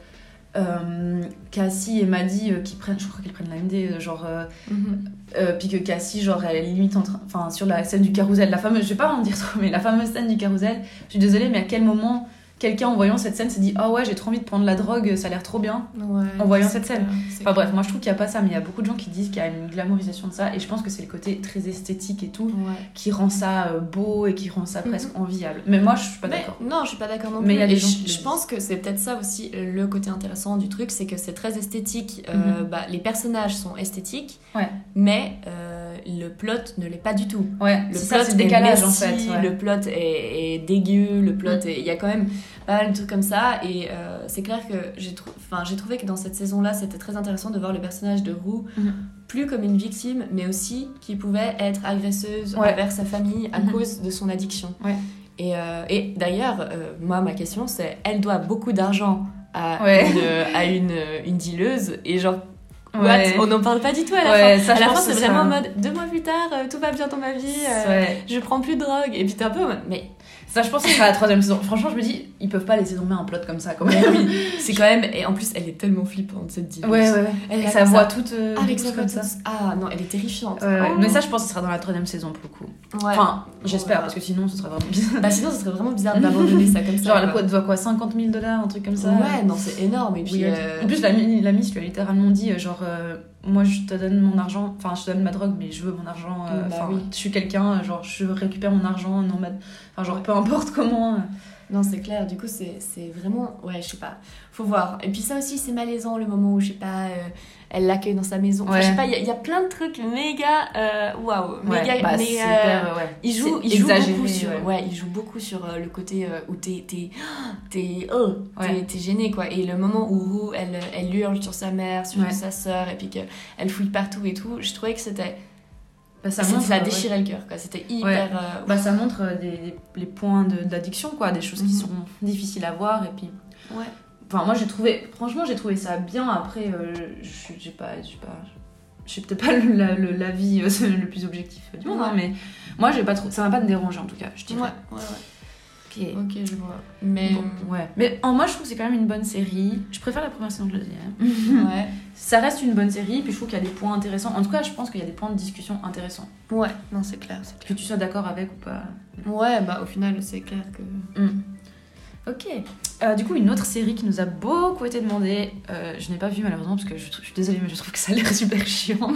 euh, Cassie et Maddie euh, qui prennent... Je crois qu'ils prennent la M D, genre... Euh, mm-hmm. euh, puis que Cassie, genre, elle est limite en train... Enfin, sur la scène du carrousel, la fameuse... Je vais pas en dire trop, mais la fameuse scène du carrousel. Je suis désolée, mais à quel moment... Quelqu'un en voyant cette scène s'est dit « Ah oh ouais, j'ai trop envie de prendre la drogue, ça a l'air trop bien. Ouais, » en voyant cette scène. Enfin bref, moi je trouve qu'il n'y a pas ça, mais il y a beaucoup de gens qui disent qu'il y a une glamourisation de ça, et je pense que c'est le côté très esthétique et tout, ouais. qui rend ça euh, beau et qui rend ça presque mm-hmm. enviable. Mais moi je suis pas mais, d'accord. Non, je suis pas d'accord non plus. Mais il y a des gens je, je pense que c'est peut-être ça aussi le côté intéressant du truc, c'est que c'est très esthétique. Euh, mm-hmm. bah, les personnages sont esthétiques, ouais. mais euh, le plot ne l'est pas du tout. Ouais, le c'est plot ça, c'est le décalage messy, en fait. Ouais. Le plot est, est dégueu, le plot mm. est... Il y a quand même pas mal de trucs comme ça, et euh, c'est clair que j'ai, trou... enfin, j'ai trouvé que dans cette saison-là, c'était très intéressant de voir le personnage de Rue mm. plus comme une victime, mais aussi qui pouvait être agresseuse ouais. envers sa famille à mm. cause de son addiction. Ouais. Et, euh, et d'ailleurs, euh, moi, ma question, c'est, elle doit beaucoup d'argent à, ouais. une, à une, une dealeuse, et genre, ouais. what, on n'en parle pas du tout à la ouais, fin. Ça, à la fin, c'est vraiment ça. en mode, deux mois plus tard, euh, tout va bien dans ma vie, euh, ouais. je prends plus de drogue, et puis t'es un peu en mode, mais... Ça, je pense que ce sera la troisième saison. Franchement, je me dis, ils peuvent pas laisser tomber un plot comme ça, quand même. Oui, c'est quand même... Et en plus, elle est tellement flippante, cette diva. Ouais, ouais, ouais. Elle, sa voix toute... Euh, avec sa voix comme ça. Ah, non, elle est terrifiante. Ouais, ouais. Oh. Mais ça, je pense que ce sera dans la troisième saison, pour le coup. Ouais. Enfin, j'espère, ouais. parce que sinon, ce serait vraiment bizarre. Bah, sinon, ce serait vraiment bizarre d'abandonner ça comme ça. Genre, elle doit quoi, cinquante mille dollars, un truc comme ça. Ouais, non, c'est énorme. Et puis... Oui, euh... En plus, la, la Miss lui a littéralement dit, genre... Euh, moi je te donne mon argent, enfin je te donne ma drogue mais je veux mon argent, euh, bah, oui. je suis quelqu'un, genre je récupère mon argent, non, enfin genre ouais. peu importe comment. Non c'est clair, du coup c'est, c'est vraiment, ouais je sais pas, faut voir. Et puis ça aussi c'est malaisant le moment où je sais pas, euh, elle l'accueille dans sa maison, enfin, ouais. je sais pas, il y, y a plein de trucs méga, waouh, wow, méga, ouais, bah, mais euh, ouais. il joue, il joue beaucoup sur, ouais. ouais il joue beaucoup sur euh, le côté euh, où t'es, t'es, t'es, oh, ouais. t'es, t'es gêné quoi, et le moment où Rue, elle, elle hurle sur sa mère, sur ouais. sa sœur, et puis qu'elle fouille partout et tout, je trouvais que c'était... Bah, ça, montre, ça déchirait ouais. le cœur, quoi. C'était hyper... Ouais. Euh... Bah, ça montre des, des, les points de, d'addiction, quoi. Des choses mm-hmm. qui sont difficiles à voir. Et puis... Ouais. Enfin, moi, j'ai trouvé... Franchement, j'ai trouvé ça bien. Après, euh, je j'ai pas... J'ai pas... Je suis peut-être pas le, la, le, l'avis euh, le plus objectif du monde, ouais. hein, mais moi, j'ai pas trop... ça m'a pas dérangé, en tout cas, je dirais. Ouais, ouais, ouais. Ok, ok, je vois. Mais bon, ouais. Mais en moi, je trouve que c'est quand même une bonne série. Je préfère la première saison que la deuxième. Ouais. Ça reste une bonne série, puis je trouve qu'il y a des points intéressants. En tout cas, je pense qu'il y a des points de discussion intéressants. Ouais, non, c'est clair. C'est clair. Que tu sois d'accord avec ou pas. Ouais, bah au final, c'est clair que. Mm. Ok. Euh, du coup, une autre série qui nous a beaucoup été demandée, euh, je n'ai pas vu malheureusement parce que je, je suis désolée, mais je trouve que ça a l'air super chiant.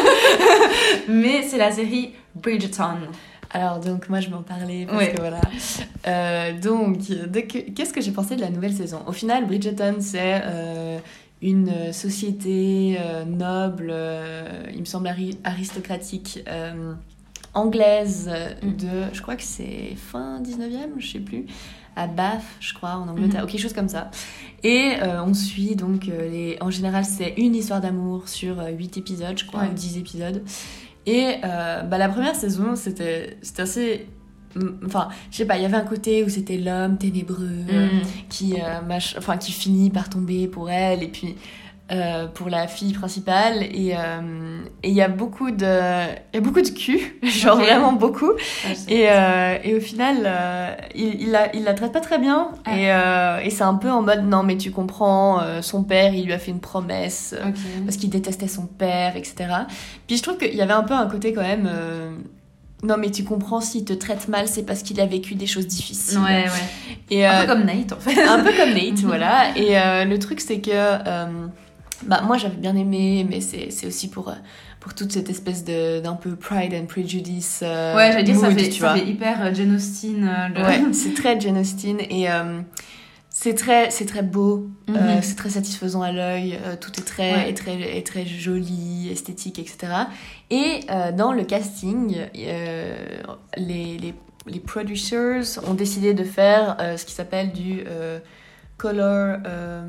Mais c'est la série Bridgerton. Alors donc moi je m'en parlais parce ouais. que voilà. Euh, donc de que, qu'est-ce que j'ai pensé de la nouvelle saison ? Au final, Bridgerton c'est euh, une société euh, noble, euh, il me semble ari- aristocratique, euh, anglaise mm. de, je crois que c'est fin dix-neuvième, je sais plus, à Bath, je crois, en Angleterre, mm. ou quelque chose comme ça. Et euh, on suit donc euh, les, en général c'est une histoire d'amour sur huit épisodes, je crois, ouais. ou dix épisodes. Et euh, bah, la première saison, c'était, c'était assez... Enfin, je sais pas, il y avait un côté où c'était l'homme ténébreux mm. qui, euh, mach... enfin, qui finit par tomber pour elle, et puis euh, pour la fille principale. Et euh, il y a beaucoup de... Il y a beaucoup de cul, genre okay. vraiment beaucoup. Ah, et, euh, et au final, euh, il, il, la, il la traite pas très bien. Ah. Et, euh, et c'est un peu en mode, non mais tu comprends, euh, son père, il lui a fait une promesse, okay. parce qu'il détestait son père, et cetera. Puis je trouve qu'il y avait un peu un côté quand même... Euh, non mais tu comprends, s'il te traite mal, c'est parce qu'il a vécu des choses difficiles. Ouais, ouais. Et, un euh, peu comme Nate, en fait. Un peu comme Nate, voilà. Et euh, le truc, c'est que... Euh, bah, moi, j'avais bien aimé, mais c'est, c'est aussi pour, pour toute cette espèce de, d'un peu Pride and Prejudice euh, ouais, j'allais dire, mood, ça fait, tu ça vois. fait hyper euh, Jane Austen. Euh, le... Ouais, c'est très Jane Austen. Et... Euh, C'est très, c'est très beau, mm-hmm. euh, c'est très satisfaisant à l'œil, euh, tout est très, ouais. est très, est très joli, esthétique, et cetera. Et euh, dans le casting, euh, les, les, les producers ont décidé de faire euh, ce qui s'appelle du euh, color euh,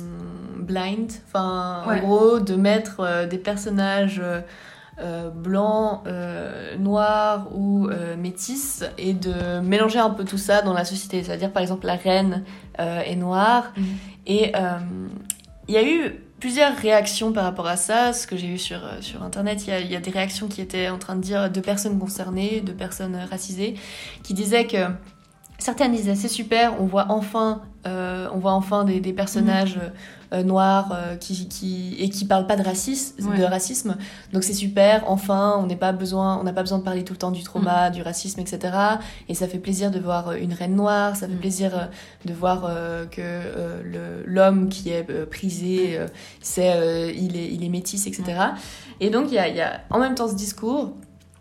blind. Enfin, ouais. En gros, de mettre euh, des personnages euh, euh, blancs, euh, noirs ou euh, métis et de mélanger un peu tout ça dans la société. C'est-à-dire, par exemple, la reine euh, est noire. Mmh. Et il euh, y a eu plusieurs réactions par rapport à ça. Ce que j'ai vu sur, sur Internet, il y, y a des réactions qui étaient en train de dire de personnes concernées, de personnes racisées, qui disaient que certaines disaient c'est super, on voit enfin, euh, on voit enfin des, des personnages mmh. euh, noirs euh, qui, qui, et qui parlent pas de racisme, ouais. de racisme. Donc c'est super, enfin, on n'est pas besoin, on n'a pas besoin de parler tout le temps du trauma, mmh. du racisme, et cetera. Et ça fait plaisir de voir une reine noire, ça fait mmh. plaisir de voir euh, que euh, le, l'homme qui est euh, prisé, euh, c'est, euh, il est, il est métis, et cetera. Mmh. Et donc il y a, y a en même temps ce discours.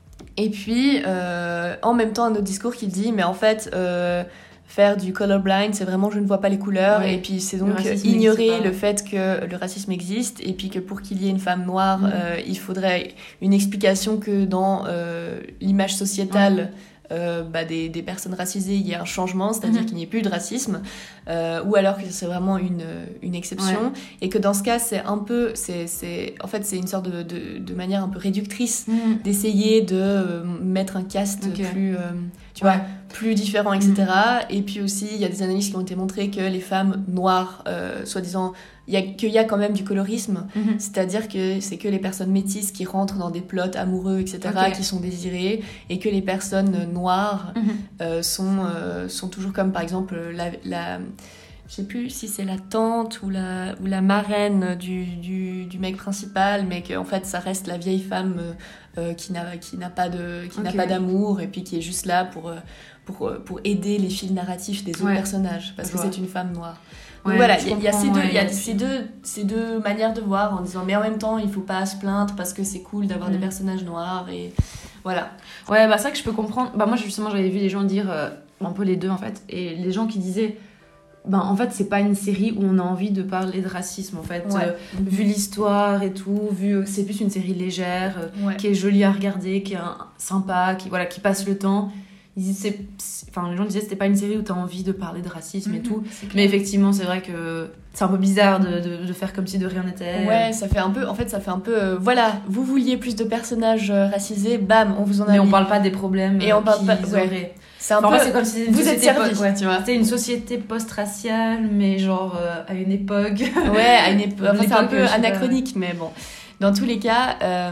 Et puis, euh, en même temps, un autre discours qui dit, mais en fait, euh, faire du colorblind, c'est vraiment je ne vois pas les couleurs. Ouais. Et puis, c'est donc le ignorer le fait que le racisme existe et puis que pour qu'il y ait une femme noire, mmh. euh, il faudrait une explication que dans euh, l'image sociétale, ouais. Euh, bah, des, des personnes racisées, il y a un changement, c'est-à-dire mmh. qu'il n'y ait plus de racisme, euh, ou alors que c'est vraiment une, une exception, ouais. et que dans ce cas, c'est un peu, c'est, c'est, en fait, c'est une sorte de, de, de manière un peu réductrice mmh. d'essayer de euh, mettre un cast okay. plus, euh, tu ouais. vois, plus différent, et cetera. Mmh. Et puis aussi, il y a des analyses qui ont été montrées que les femmes noires, euh, soi-disant, il y a, qu'il y a quand même du colorisme, mm-hmm. c'est-à-dire que c'est que les personnes métisses qui rentrent dans des plots amoureux, et cetera, okay. qui sont désirées, et que les personnes noires mm-hmm. euh, sont, euh, sont toujours comme, par exemple, la... la je sais plus si c'est la tante ou la, ou la marraine du, du, du mec principal, mais qu'en fait, ça reste la vieille femme euh, qui, n'a, qui, n'a pas de, qui okay. n'a pas d'amour, et puis qui est juste là pour, pour, pour aider les fils narratifs des autres ouais. personnages, parce je que vois. C'est une femme noire. Donc ouais, voilà, il y, y a, ces, deux, ouais, y a ces, deux, ces deux manières de voir en disant mais en même temps il faut pas se plaindre parce que c'est cool d'avoir mmh. des personnages noirs et voilà. Ouais, bah c'est vrai que je peux comprendre. Bah moi justement j'avais vu des gens dire euh, un peu les deux en fait, et les gens qui disaient ben en fait c'est pas une série où on a envie de parler de racisme en fait, ouais. euh, mmh. vu l'histoire et tout, vu c'est plus une série légère euh, ouais. qui est jolie à regarder, qui est un, sympa, qui voilà qui passe le temps. C'est, c'est, enfin, les gens disaient que c'était pas une série où t'as envie de parler de racisme mmh, et tout, mais effectivement c'est vrai que c'est un peu bizarre de, de, de faire comme si de rien n'était. Ouais, ça fait un peu, en fait ça fait un peu, euh, voilà, vous vouliez plus de personnages euh, racisés, bam, on vous en a mais mis. on parle pas des problèmes et on parle pas, ouais. auraient. C'est un enfin, peu, c'est comme si vous êtes servi, po- ouais, tu vois. C'était une société post-raciale, mais genre euh, à une époque. Ouais, à une époque. Enfin, c'est un peu anachronique, mais bon. Dans tous les cas, euh,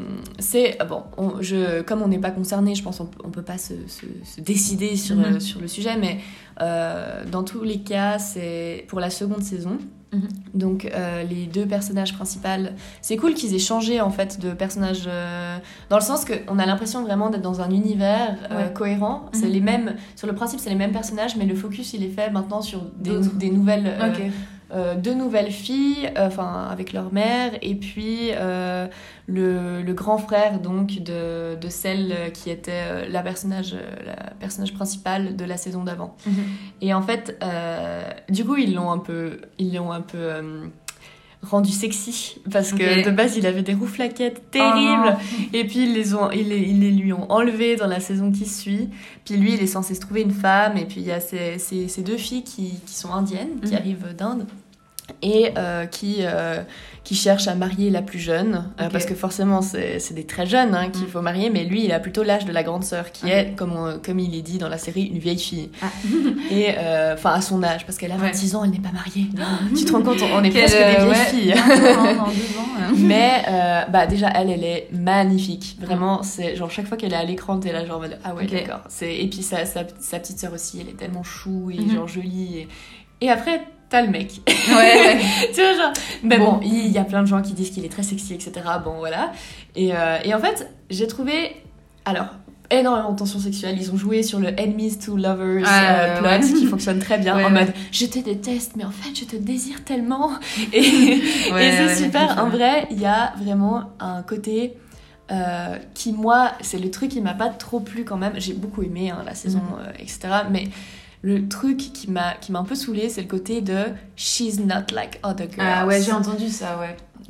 c'est bon. On, je, comme on n'est pas concerné, je pense qu'on on peut pas se, se, se décider sur mm-hmm. euh, sur le sujet, mais euh, dans tous les cas, c'est pour la seconde saison. Mm-hmm. Donc euh, les deux personnages principaux, c'est cool qu'ils aient changé en fait de personnages euh, dans le sens que on a l'impression vraiment d'être dans un univers euh, ouais. cohérent. Mm-hmm. C'est les mêmes sur le principe, c'est les mêmes personnages, mais le focus il est fait maintenant sur des, des nouvelles. Euh, okay. Euh, deux nouvelles filles, enfin euh, avec leur mère, et puis euh, le, le grand frère donc de, de celle qui était euh, la personnage la personnage principale de la saison d'avant. Mm-hmm. Et en fait, euh, du coup ils l'ont un peu ils l'ont un peu euh, rendu sexy parce okay. que de base il avait des rouflaquettes terribles oh et puis ils les ont ils les, ils les lui ont enlevés dans la saison qui suit. Puis lui il est censé se trouver une femme, et puis il y a ces, ces, ces deux filles qui, qui sont indiennes, qui mm-hmm. arrivent d'Inde et euh, qui, euh, qui cherchent à marier la plus jeune, okay. euh, parce que forcément c'est, c'est des très jeunes hein, qu'il mm. faut marier, mais lui il a plutôt l'âge de la grande sœur qui okay. est, comme, on, comme il est dit dans la série, une vieille fille. Ah. Et enfin euh, à son âge, parce qu'elle a vingt-six ouais. ans, elle n'est pas mariée. Tu te rends compte, on est Quelle, presque des vieilles ouais. filles. Dans deux ans, hein. Mais euh, bah, déjà elle, elle est magnifique. Vraiment, c'est genre chaque fois qu'elle est à l'écran, t'es là genre ah ouais okay. d'accord. C'est... Et puis sa, sa, sa petite sœur aussi, elle est tellement chou et mm-hmm. genre jolie. Et, et après t'as le mec. Ouais, ouais. Tu vois, genre. Mais bon, bon, il y a plein de gens qui disent qu'il est très sexy, et cetera. Bon, voilà. Et, euh, et en fait, j'ai trouvé. Alors, énormément de tension sexuelle. Ils ont joué sur le enemies to lovers ah, euh, plot ouais. qui fonctionne très bien. Ouais, en ouais. mode, je te déteste, mais en fait, je te désire tellement. Et, ouais, et c'est ouais, super. En vrai, il y a vraiment un côté. Euh, qui, moi, c'est le truc qui m'a pas trop plu quand même. J'ai beaucoup aimé hein, la saison, mm. euh, et cetera. Mais. Le truc qui m'a, qui m'a un peu saoulée, c'est le côté de « she's not like other girls ». Ah ouais, j'ai entendu ça, ouais.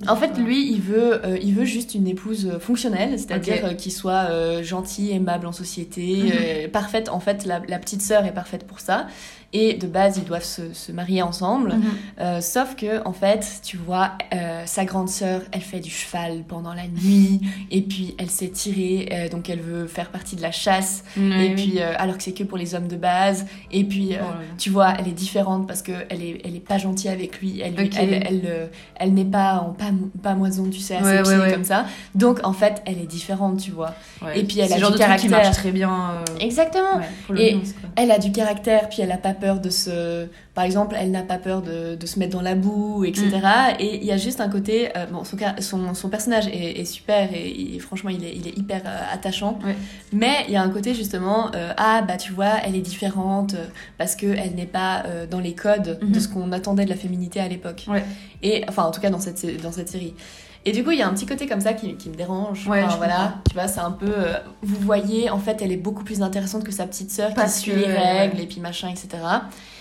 En fait, lui, il veut, euh, il veut juste une épouse fonctionnelle, c'est-à-dire okay. euh, qui soit euh, gentille, aimable en société, mm-hmm. euh, parfaite. En fait, la, la petite sœur est parfaite pour ça. Et de base, ils doivent se, se marier ensemble. Mm-hmm. Euh, sauf que, en fait, tu vois, euh, sa grande sœur, elle fait du cheval pendant la nuit. Et puis, elle s'est tirée. Euh, donc, elle veut faire partie de la chasse. Mm-hmm. Et puis, euh, alors que c'est que pour les hommes de base. Et puis, euh, oh, ouais. tu vois, elle est différente parce qu'elle est, elle est pas gentille avec lui. Elle, okay. elle, elle, elle, elle, elle n'est pas en pas, pas moison, tu sais, à ouais, ses pieds ouais, ouais. comme ça. Donc, en fait, elle est différente, tu vois. Ouais. Et puis, elle c'est a genre du de caractère. Truc qui marche très bien. Euh... Exactement. Ouais, pour et elle a du caractère, puis elle a pas peur de se... Par exemple, elle n'a pas peur de, de se mettre dans la boue, et cetera. Mm. Et il y a juste un côté... Euh, bon, son, son, son personnage est, est super, et, et franchement, il est, il est hyper euh, attachant. Ouais. Mais il y a un côté, justement, euh, ah, bah, tu vois, elle est différente, euh, parce qu'elle n'est pas euh, dans les codes mm-hmm. de ce qu'on attendait de la féminité à l'époque. Ouais. Et, enfin, en tout cas, dans cette, dans cette série. Et du coup, il y a un petit côté comme ça qui, qui me dérange. Ouais, enfin, voilà, tu vois, c'est un peu... Euh, vous voyez, en fait, elle est beaucoup plus intéressante que sa petite sœur qui suit les règles, ouais. et puis machin, et cetera.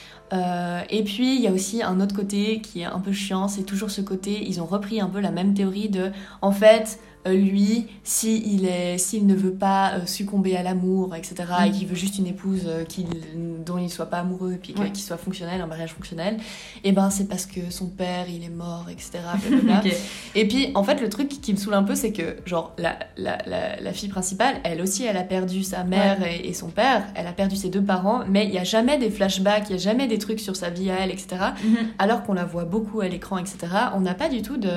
Euh, et puis, il y a aussi un autre côté qui est un peu chiant, c'est toujours ce côté... Ils ont repris un peu la même théorie de... En fait... Euh, lui, s'il est, s'il ne veut pas euh, succomber à l'amour, et cetera, mm. et qu'il veut juste une épouse euh, qu'il, dont il ne soit pas amoureux, et puis ouais. qu'il soit fonctionnel, un mariage fonctionnel, et ben c'est parce que son père, il est mort, et cetera. Okay. Et puis, en fait, le truc qui me saoule un peu, c'est que, genre, la, la, la, la fille principale, elle aussi, elle a perdu sa mère ouais. et, et son père, elle a perdu ses deux parents, mais il n'y a jamais des flashbacks, il n'y a jamais des trucs sur sa vie à elle, et cetera. Mm-hmm. Alors qu'on la voit beaucoup à l'écran, et cetera. On n'a pas du tout de...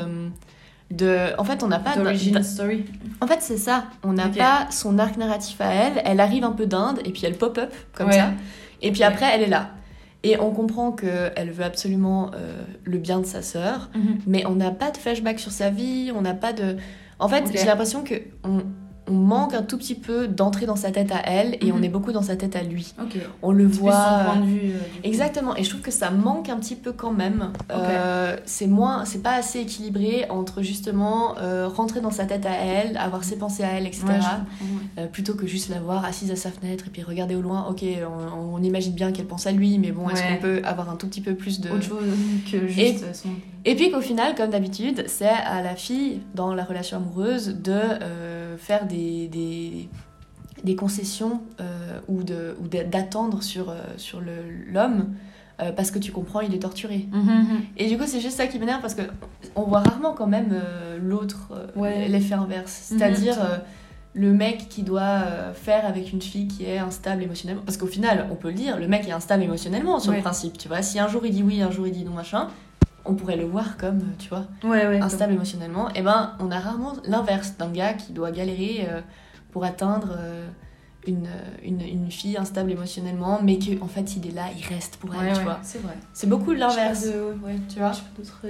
De... En fait, on n'a pas... D'origin story. En fait, c'est ça. On n'a okay. pas son arc narratif à elle. Elle arrive un peu d'Inde, et puis elle pop-up, comme ouais. ça. Et puis okay. après, elle est là. Et on comprend qu'elle veut absolument euh, le bien de sa sœur, mm-hmm. mais on n'a pas de flashback sur sa vie, on n'a pas de... En fait, okay. j'ai l'impression que... On... on manque un tout petit peu d'entrer dans sa tête à elle et mm-hmm. on est beaucoup dans sa tête à lui. Okay. On le c'est voit. Plus son point de vue, euh, exactement. Et je trouve que ça manque un petit peu quand même. Okay. Euh, c'est moins, c'est pas assez équilibré entre justement euh, rentrer dans sa tête à elle, avoir ses pensées à elle, et cetera. Ouais, euh, plutôt que juste la voir assise à sa fenêtre et puis regarder au loin. Ok, on, on imagine bien qu'elle pense à lui, mais bon, est-ce ouais. qu'on peut avoir un tout petit peu plus de autre chose que juste et, son... et puis qu'au final, comme d'habitude, c'est à la fille dans la relation amoureuse de euh, faire des Des, des, des concessions euh, ou, de, ou de, d'attendre sur, euh, sur le, l'homme euh, parce que tu comprends, il est torturé. Mm-hmm. Et du coup, c'est juste ça qui m'énerve parce qu'on voit rarement quand même euh, l'autre, euh, ouais. l'effet inverse. C'est-à-dire mm-hmm. euh, le mec qui doit euh, faire avec une fille qui est instable émotionnellement. Parce qu'au final, on peut le dire, le mec est instable émotionnellement sur ouais. le principe. Tu vois, si un jour il dit oui, un jour il dit non, machin... on pourrait le voir comme, tu vois, ouais, ouais, instable comme... émotionnellement. Et ben, on a rarement l'inverse d'un gars qui doit galérer euh, pour atteindre euh, une, une, une fille instable émotionnellement, mais qu'en en fait, il est là, il reste pour elle, ouais, tu ouais, vois. C'est vrai. C'est beaucoup l'inverse, de... ouais, tu vois. Je peux d'autres...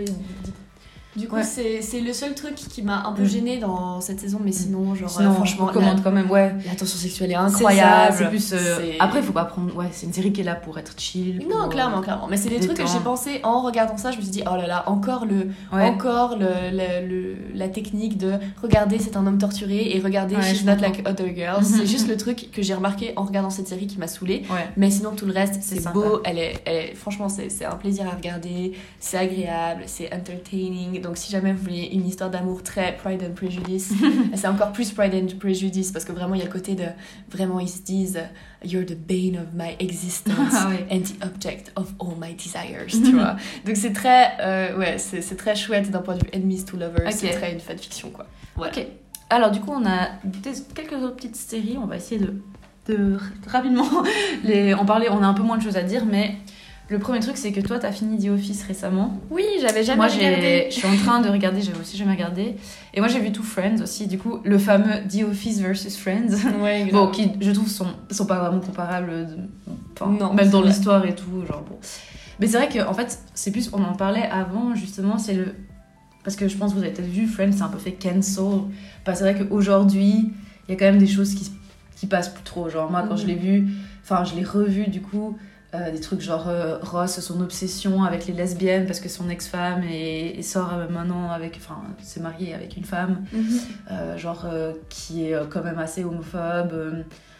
Du coup, ouais. c'est, c'est le seul truc qui m'a un peu gênée dans cette saison, mais sinon, genre, sinon, euh, franchement, on commande la, quand même, ouais. La tension sexuelle est incroyable. C'est ça, c'est plus. Euh, c'est... Après, faut pas prendre. Ouais, c'est une série qui est là pour être chill. Non, pour, clairement, clairement. Mais c'est des trucs temps. que j'ai pensé en regardant ça. Je me suis dit, oh là là, encore le, ouais. encore le, le, le, la technique de regarder, c'est un homme torturé et regarder, ouais, she's not like other girls. C'est juste le truc que j'ai remarqué en regardant cette série qui m'a saoulée. Ouais. Mais sinon, tout le reste, c'est, c'est beau. Elle est, elle est, franchement, c'est, c'est un plaisir à regarder. C'est agréable, c'est entertaining. Donc, si jamais vous voulez une histoire d'amour très Pride and Prejudice, c'est encore plus Pride and Prejudice parce que vraiment il y a le côté de vraiment ils se disent you're the bane of my existence ah, oui. and the object of all my desires, tu vois. Donc c'est très euh, ouais c'est, c'est très chouette d'un point de vue enemies to lovers, okay. C'est très une fanfiction quoi. Voilà. Ok. Alors du coup on a des, quelques autres petites séries, on va essayer de, de rapidement les en parler. On a un peu moins de choses à dire, mais le premier truc, c'est que toi, t'as fini The Office récemment. Oui, j'avais jamais moi, regardé. Je suis en train de regarder, j'avais aussi jamais regardé. Et moi, j'ai vu tout Friends aussi, du coup, le fameux The Office versus Friends. Ouais, bon, qui, je trouve, sont, sont pas vraiment comparables, de, enfin, non, même dans vrai. l'histoire et tout, genre bon. Mais c'est vrai qu'en fait, c'est plus, on en parlait avant, justement, c'est le... Parce que je pense que vous avez peut-être vu, Friends, c'est un peu fait cancel. Enfin, c'est vrai qu'aujourd'hui, il y a quand même des choses qui, qui passent plus trop. Genre, moi, quand mm-hmm. je l'ai vu, enfin, je l'ai revu, du coup... Euh, des trucs genre euh, Ross, son obsession avec les lesbiennes parce que son ex-femme et, et sort euh, maintenant avec, enfin, s'est marié avec une femme, mm-hmm. euh, genre euh, qui est euh, quand même assez homophobe. Euh,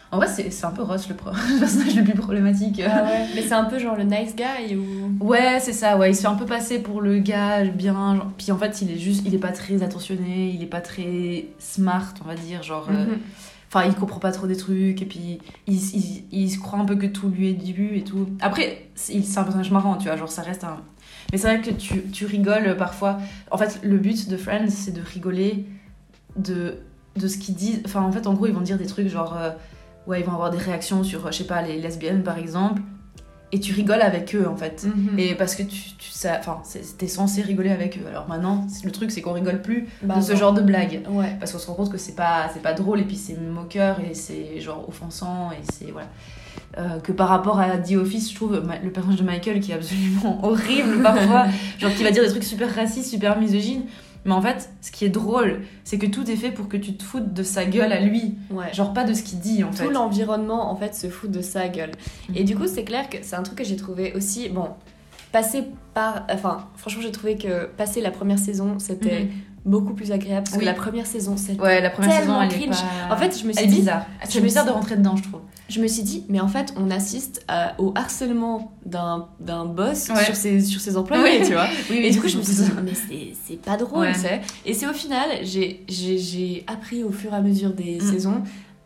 En vrai, c'est, c'est un peu Ross le, pro- le personnage le plus problématique. Ah ouais. Mais c'est un peu genre le nice guy ou... Ouais, c'est ça, ouais. Il se fait un peu passer pour le gars bien. Genre... Puis en fait, il est juste. Il est pas très attentionné, il est pas très smart, on va dire. Genre. euh, Mhm. Enfin, il comprend pas trop des trucs, et puis il, il, il se croit un peu que tout lui est dû et tout. Après, c'est, c'est un personnage marrant, tu vois, genre ça reste un. Mais c'est vrai que tu, tu rigoles parfois. En fait, le but de Friends, c'est de rigoler de, de ce qu'ils disent. Enfin, en fait, en gros, ils vont dire des trucs genre. euh, ouais, ils vont avoir des réactions sur, je sais pas, les lesbiennes par exemple. Et tu rigoles avec eux en fait. Mhm. Et parce que tu, tu ça, enfin, c'est- t'es censé rigoler avec eux. Alors maintenant, c'est- le truc, c'est qu'on rigole plus Bah, de ce non. genre de blagues. Ouais. Parce qu'on se rend compte que c'est pas, c'est pas drôle et puis c'est moqueur et c'est genre offensant et c'est voilà. Euh, que par rapport à The Office, je trouve ma- le personnage de Michael qui est absolument horrible parfois, genre qui va dire des trucs super racistes, super misogynes. Mais en fait, ce qui est drôle, c'est que tout est fait pour que tu te foutes de sa gueule à lui, Ouais. genre pas de ce qu'il dit en fait. Tout l'environnement en fait se fout de sa gueule. Mhm. Et du coup, c'est clair que c'est un truc que j'ai trouvé aussi. Bon, passer par. Enfin, franchement, j'ai trouvé que passer la première saison, c'était Mhm. beaucoup plus agréable parce Oui. que la première saison, c'était. Ouais, la première tellement saison, elle est cringe. pas. En fait, je me suis elle est dit- bizarre. je C'est me bizarre suis- de rentrer dedans, je trouve. Je me suis dit, mais en fait, on assiste à- au harcèlement d'un, d'un boss Ouais. sur, ses, sur ses employés, Ouais. tu vois. Oui, Et du coup, je me suis dit, Ouais. mais c'est, c'est pas drôle, Ouais. c'est. Et c'est au final, j'ai, j'ai, j'ai appris au fur et à mesure des Mm. saisons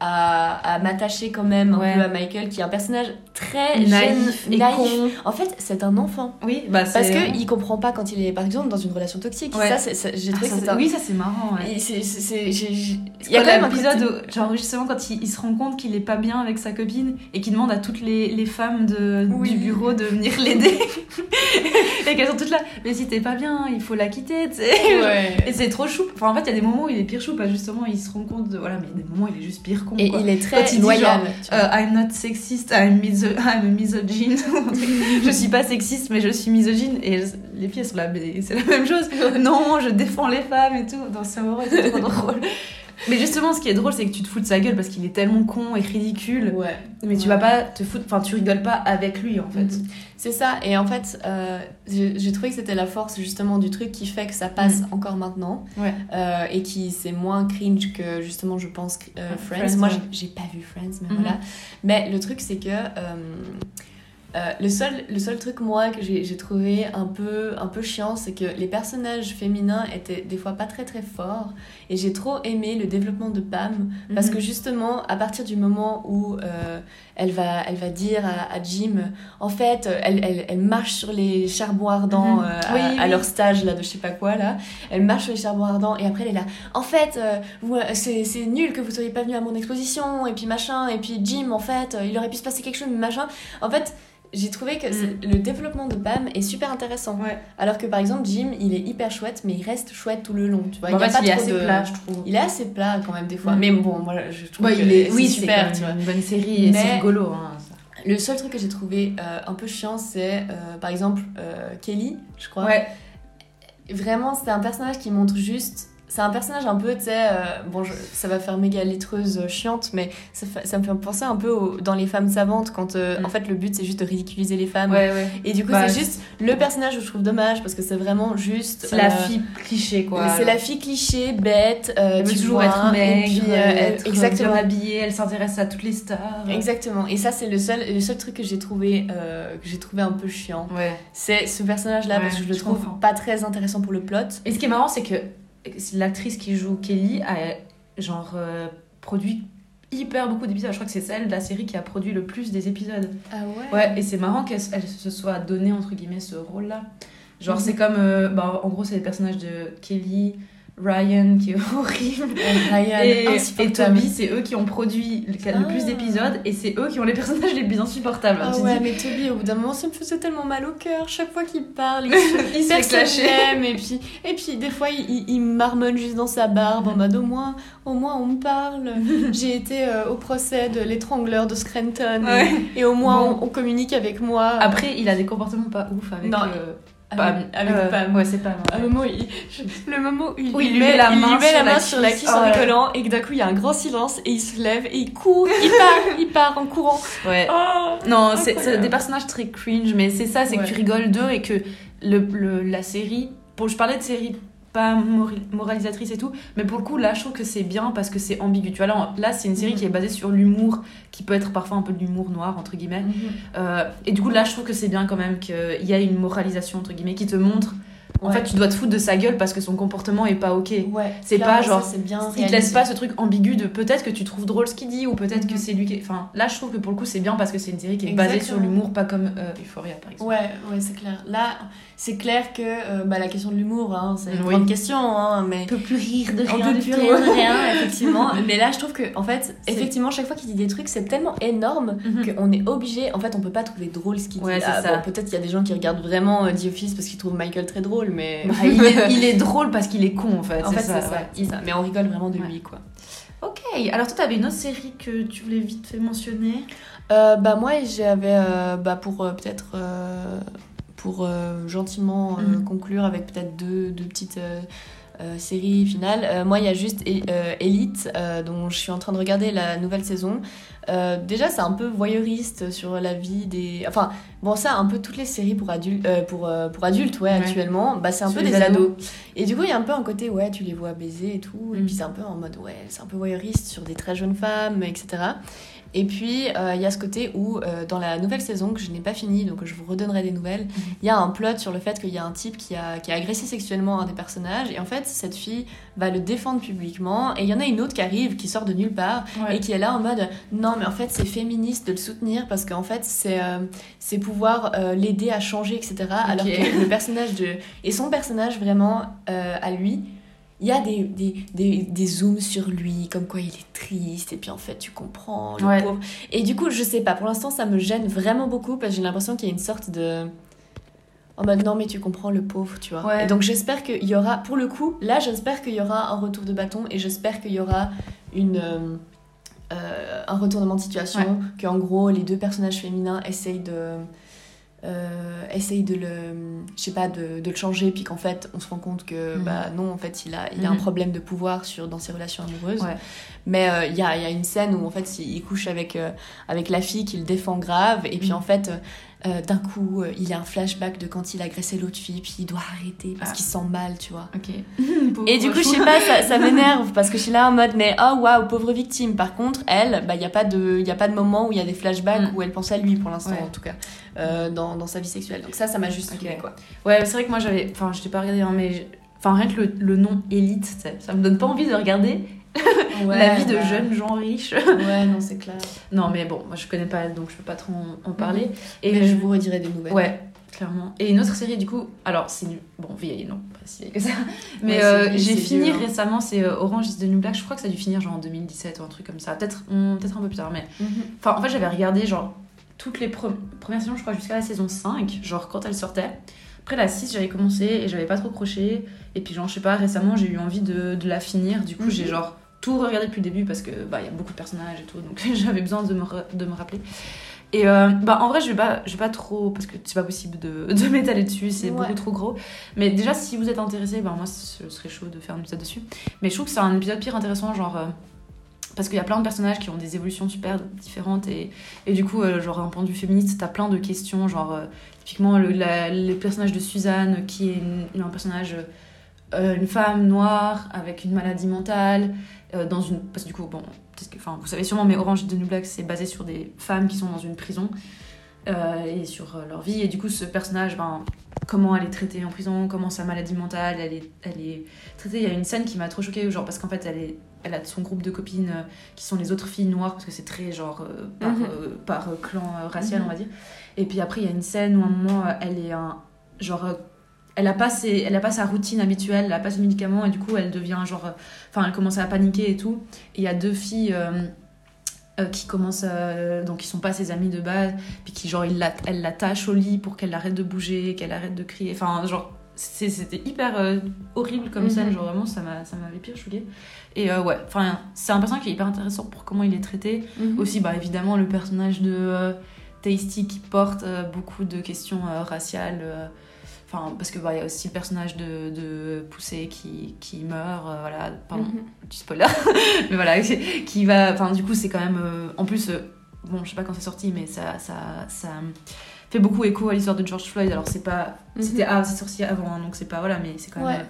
à, à m'attacher quand même un Ouais. peu à Michael, qui est un personnage très Naïf jeune, et naïf. con. En fait, c'est un enfant. Oui, bah c'est. Parce qu'il comprend pas quand il est, par exemple, dans une relation toxique. Ouais. Ça, c'est, c'est- j'ai Ah, trouvé ça, que c'est c'est- un. Oui, ça c'est marrant. Ouais. Et c'est- c'est- c'est- j'ai- j'ai- Il Il y a quand même un l'épisode côté- où, genre justement quand il, il se rend compte qu'il est pas bien avec sa copine et qu'il demande à toutes les, les femmes de, Oui. du bureau de venir l'aider et qu'elles sont toutes là, mais si t'es pas bien, il faut la quitter, tu sais. Ouais. Et c'est trop chou. Enfin en fait il y a des moments où il est pire chou, parce que justement il se rend compte de voilà, mais il y a des moments où il est juste pire con. Et quoi. il est très Quand il dit loyal. genre, tu vois. Euh, I'm not sexist, I'm, miso- I'm a misogyne. Je suis pas sexiste, mais je suis misogyne. Et les filles, elles sont là, mais c'est la même chose. Non, je défends les femmes et tout. Dans ce moment, c'est trop drôle. Mais justement, ce qui est drôle, c'est que tu te fous de sa gueule parce qu'il est tellement con et ridicule. Ouais. Mais tu Ouais. vas pas te foutre, enfin, tu rigoles pas avec lui en fait. Mhm. C'est ça, et en fait, euh, j'ai j'ai trouvé que c'était la force justement du truc qui fait que ça passe Mhm. encore maintenant, Ouais. euh, et qui c'est moins cringe que justement, je pense, euh, Friends. Friends, Moi, ouais. j'ai- j'ai pas vu Friends, mais Mhm. voilà. Mais le truc, c'est que euh, euh, le, seul, le seul truc, moi, que j'ai j'ai trouvé un peu, un peu chiant, c'est que les personnages féminins étaient des fois pas très très forts, et j'ai trop aimé le développement de Pam, parce Mhm. que justement, à partir du moment où euh, elle, va, elle va dire à, à Jim, en fait, elle, elle, elle marche sur les charbons ardents Mhm. euh, à, Oui, à oui. leur stage là, de je sais pas quoi, là. Elle marche sur les charbons ardents, et après elle est là, en fait, euh, vous, euh, c'est c'est nul que vous soyez pas venu à mon exposition, et puis machin, et puis Jim, en fait, euh, il aurait pu se passer quelque chose, mais machin. En fait, j'ai trouvé que c'est- le développement de Pam est super intéressant. Ouais. Alors que par exemple, Jim, il est hyper chouette, mais il reste chouette tout le long. Tu vois, Bon, en il y a fait, pas il est trop assez de- plat, je trouve. il est assez plat quand même des fois. Mm. Mais bon, moi je trouve Ouais, que il est, c'est oui, super, c'est tu vois. une bonne série et c'est Mais- rigolo. Hein, ça. Le seul truc que j'ai trouvé euh, un peu chiant, c'est euh, par exemple euh, Kelly, je crois. Ouais. Vraiment, c'est un personnage qui montre juste. C'est un personnage un peu, tu sais, euh, bon, je- ça va faire méga lettreuse euh, chiante, mais ça, fa- ça me fait penser un peu au- dans Les Femmes Savantes, quand euh, Mm. en fait le but c'est juste de ridiculiser les femmes. Ouais, ouais. Et du coup, Bah, c'est juste le personnage où je trouve dommage, parce que c'est vraiment juste. C'est la euh, fille cliché quoi. C'est la fille cliché, bête, euh, Elle veut tu toujours vois, être maigre, et puis, euh, elle- être exactement. bien habillée, elle s'intéresse à toutes les stars. Exactement. Et ça, c'est le seul, le seul truc que j'ai trouvé, euh, que j'ai trouvé un peu chiant. Ouais. C'est ce personnage-là, Ouais, parce que je le je trouve comprends. pas très intéressant pour le plot. Et ce qui est marrant, c'est que l'actrice qui joue Kelly a genre euh, produit hyper beaucoup d'épisodes. Je crois que c'est celle de la série qui a produit le plus des épisodes. Ah ouais. Ouais, et c'est marrant qu'elle elle se soit donné entre guillemets ce rôle-là. Genre Mhm. c'est comme, euh, bah, en gros c'est les personnages de Kelly, Ryan qui est horrible. Ryan, Et, et insupportable. Toby, c'est eux qui ont produit le, le plus Ah. d'épisodes et c'est eux qui ont les personnages les plus insupportables. Ah Tu te ouais, dis, mais Toby, au bout d'un moment, ça me faisait tellement mal au cœur. Chaque fois qu'il parle, il se il se fait personne clasher. l'aime, et puis et puis des fois il, il- il marmonne juste dans sa barbe en mode au moins au moins on me parle. J'ai été euh, au procès de l'étrangleur de Scranton, et- Ouais. et, au moins Bon. on, on communique avec moi. Après, il a des comportements pas ouf avec Non, euh, avec, Pam. avec Euh, Pam. Ouais, c'est Pam. À un ouais. moment, il, je- le moment où il, Où il lui lui met, met la il lui main met sur la la main sur la cuisse. cuisse Oh en là là. rigolant, et que d'un coup il y a un grand silence et il se lève et il court, il part, il part en courant. Ouais. Oh, Non, c'est incroyable. c'est des personnages très cringe, mais c'est ça, c'est Ouais. que tu rigoles d'eux et que le, le- la série. Bon, je parlais de série pas mori- moralisatrice et tout, mais pour le coup là je trouve que c'est bien parce que c'est ambigu, tu vois. Là, on- là c'est une série Mhm. qui est basée sur l'humour, qui peut être parfois un peu de l'humour noir entre guillemets. Mhm. Euh, et du coup là je trouve que c'est bien quand même qu'il y a une moralisation entre guillemets qui te montre en Ouais. fait tu dois te foutre de sa gueule parce que son comportement est pas ok. Ouais, C'est clairement, pas genre ça, c'est bien il te laisse réalisé. pas ce truc ambigu de peut-être que tu trouves drôle ce qu'il dit ou peut-être que Mhm. c'est lui qui est... enfin là je trouve que pour le coup c'est bien parce que c'est une série qui est basée Exactement. sur l'humour, pas comme euh, Euphoria par exemple. Ouais, ouais, c'est clair. Là, c'est clair que euh, bah, la question de l'humour, hein, c'est une Oui. grande question, hein, mais On peut plus rire de on rien peut du plus tout. rien de rien, effectivement. Mais là, je trouve que, en fait, C'est- effectivement, chaque fois qu'il dit des trucs, c'est tellement énorme Mhm. qu'on est obligé. En fait, on peut pas trouver drôle ce qu'il dit. Ouais, c'est Ah, ça. bon, peut-être qu'il y a des gens qui regardent vraiment euh, The Office parce qu'ils trouvent Michael très drôle, mais. Bah, il, est, il est drôle parce qu'il est con en fait. en fait, c'est ça. ouais. c'est ça. Mais on rigole vraiment de Ouais. lui, quoi. Ok, alors toi t'avais une autre série que tu voulais vite fait mentionner. Euh, bah, moi, j'avais, euh, bah, pour euh, peut-être. euh, pour euh, gentiment euh, Mhm. conclure avec peut-être deux, deux petites. euh, Euh, série finale. Euh, moi, il y a juste E- euh, Elite, euh, dont je suis en train de regarder la nouvelle saison. Euh, déjà, c'est un peu voyeuriste sur la vie des... Enfin, bon, ça, un peu toutes les séries pour adultes, euh, pour, euh, pour adultes ouais, Ouais. actuellement, bah, c'est un Sur peu les des ados. ados. Et du coup, il y a un peu un côté, ouais, tu les vois baiser et tout, et Mm. puis c'est un peu en mode, ouais, c'est un peu voyeuriste sur des très jeunes femmes, et cetera. Et puis, euh, il y a ce côté où, euh, dans la nouvelle saison, que je n'ai pas finie, donc je vous redonnerai des nouvelles, il y a un plot sur le fait qu'il y a un type qui a, qui a agressé sexuellement un des personnages, et en fait, cette fille va le défendre publiquement, et il y en a une autre qui arrive, qui sort de nulle part, et qui est là en mode, non, mais en fait, c'est féministe de le soutenir, parce qu'en fait, c'est, euh, c'est pouvoir euh, l'aider à changer, et cetera. Alors Ok. que le personnage de... Et son personnage, vraiment, euh, à lui... Il y a des, des, des, des zooms sur lui, comme quoi il est triste, et puis en fait tu comprends, le Ouais. pauvre. Et du coup, je sais pas, pour l'instant ça me gêne vraiment beaucoup parce que j'ai l'impression qu'il y a une sorte de. En mode non, mais tu comprends le pauvre, tu vois. Ouais. Et donc j'espère qu'il y aura, pour le coup, là j'espère qu'il y aura un retour de bâton et j'espère qu'il y aura une. euh, euh, un retournement de situation, Ouais. qu'en gros les deux personnages féminins essayent de. Euh, essaye de le je sais pas de, de le changer puis qu'en fait on se rend compte que Mhm. bah non en fait il a il a Mhm. un problème de pouvoir sur dans ses relations amoureuses Ouais. mais il euh, y, a, y a une scène où en fait il, il couche avec euh, avec la fille qu'il défend grave et puis Mhm. en fait euh, d'un coup euh, il a un flashback de quand il a agressé l'autre fille puis il doit arrêter parce Ah. qu'il se sent mal tu vois. Ok. Et du coup, je sais pas, ça, ça m'énerve parce que je suis là en mode, mais oh waouh, pauvre victime. Par contre, elle, bah, il n'y a, pas de- y a pas de moment où il y a des flashbacks Mm. où elle pense à lui pour l'instant, Ouais. en tout cas, euh, dans, dans sa vie sexuelle. Donc, ça, ça m'a juste Ok. saoulée, quoi. Ouais, c'est vrai que moi j'avais. Enfin, je t'ai pas regardé, hein, mais. je- Enfin, rien que le, le nom Élite, ça, ça me donne pas envie de regarder la vie de bah, jeunes gens riches. Ouais, non, c'est clair. Non, mais bon, moi je connais pas, donc je peux pas trop en, en parler. Et Mais je vous redirai des nouvelles. Ouais, clairement. Et une autre série, du coup, alors c'est nu- bon, vieille, non, pas si vieille que ça. Mais Ouais, euh, c'est- j'ai c'est fini vieux, hein. récemment, c'est euh, Orange is the New Black. Je crois que ça a dû finir genre en deux mille dix-sept ou un truc comme ça. Peut-être hum, peut-être un peu plus tard, mais. Mhm. Enfin, en fait, j'avais regardé genre toutes les pre- premières saisons, je crois, jusqu'à la saison cinq, genre quand elle sortait. Après la six, j'avais commencé et j'avais pas trop croché. Et puis, genre, je sais pas, récemment, j'ai eu envie de, de la finir. Du coup, Mhm. j'ai genre tout regardé depuis le début parce que bah il y a beaucoup de personnages et tout, donc j'avais besoin de me, re- de me rappeler. Et euh, bah en vrai, je vais pas, je vais pas trop parce que c'est pas possible de, de m'étaler dessus, c'est Ouais. beaucoup trop gros. Mais déjà, si vous êtes intéressé, bah moi, ce serait chaud de faire un épisode dessus. Mais je trouve que c'est un épisode pire intéressant, genre. euh, parce qu'il y a plein de personnages qui ont des évolutions super différentes et, et du coup, euh, genre, un point de vue féministe, t'as plein de questions, genre, euh, typiquement, le, la- le personnage de Suzanne, qui est une- un personnage, euh, une femme noire avec une maladie mentale, euh, dans une... Parce que du coup, bon, peut-être que, enfin, vous savez sûrement, mais Orange is the New Black, c'est basé sur des femmes qui sont dans une prison euh, et sur euh, leur vie. Et du coup, ce personnage, ben, comment elle est traitée en prison, comment sa maladie mentale, elle est, elle est traitée. Il y a une scène qui m'a trop choquée, genre, parce qu'en fait, elle, est, elle a son groupe de copines euh, qui sont les autres filles noires, parce que c'est très, genre, euh, par, Mhm. euh, par euh, clan euh, racial, Mhm. on va dire. Et puis après, il y a une scène où, à un moment, euh, elle est un... Genre... euh, elle a pas ses- elle a pas sa routine habituelle, elle a pas ses médicaments et du coup elle devient genre, euh, enfin elle commence à paniquer et tout. Et il y a deux filles euh, euh, qui commencent, euh, donc qui sont pas ses amies de base, puis qui genre il la, elle l'attache au lit pour qu'elle arrête de bouger, qu'elle arrête de crier. Enfin genre c'est- c'était hyper euh, horrible comme Mhm. scène, genre vraiment ça m'a ça m'avait pire choquée. Et euh, ouais, enfin c'est un personnage qui est hyper intéressant pour comment il est traité. Mhm. Aussi bah évidemment le personnage de euh, Tasty qui porte euh, beaucoup de questions euh, raciales. euh, Enfin, parce que bah, y a aussi le personnage de, de Poussé qui, qui meurt, euh, voilà, pardon, Mhm. du spoiler, mais voilà, qui va, enfin du coup c'est quand même, euh, en plus, euh, bon je sais pas quand c'est sorti, mais ça, ça, ça fait beaucoup écho à l'histoire de George Floyd, alors c'est pas, Mhm. c'était, ah c'est sorti avant, hein, donc c'est pas, voilà, mais c'est quand même, Ouais. euh,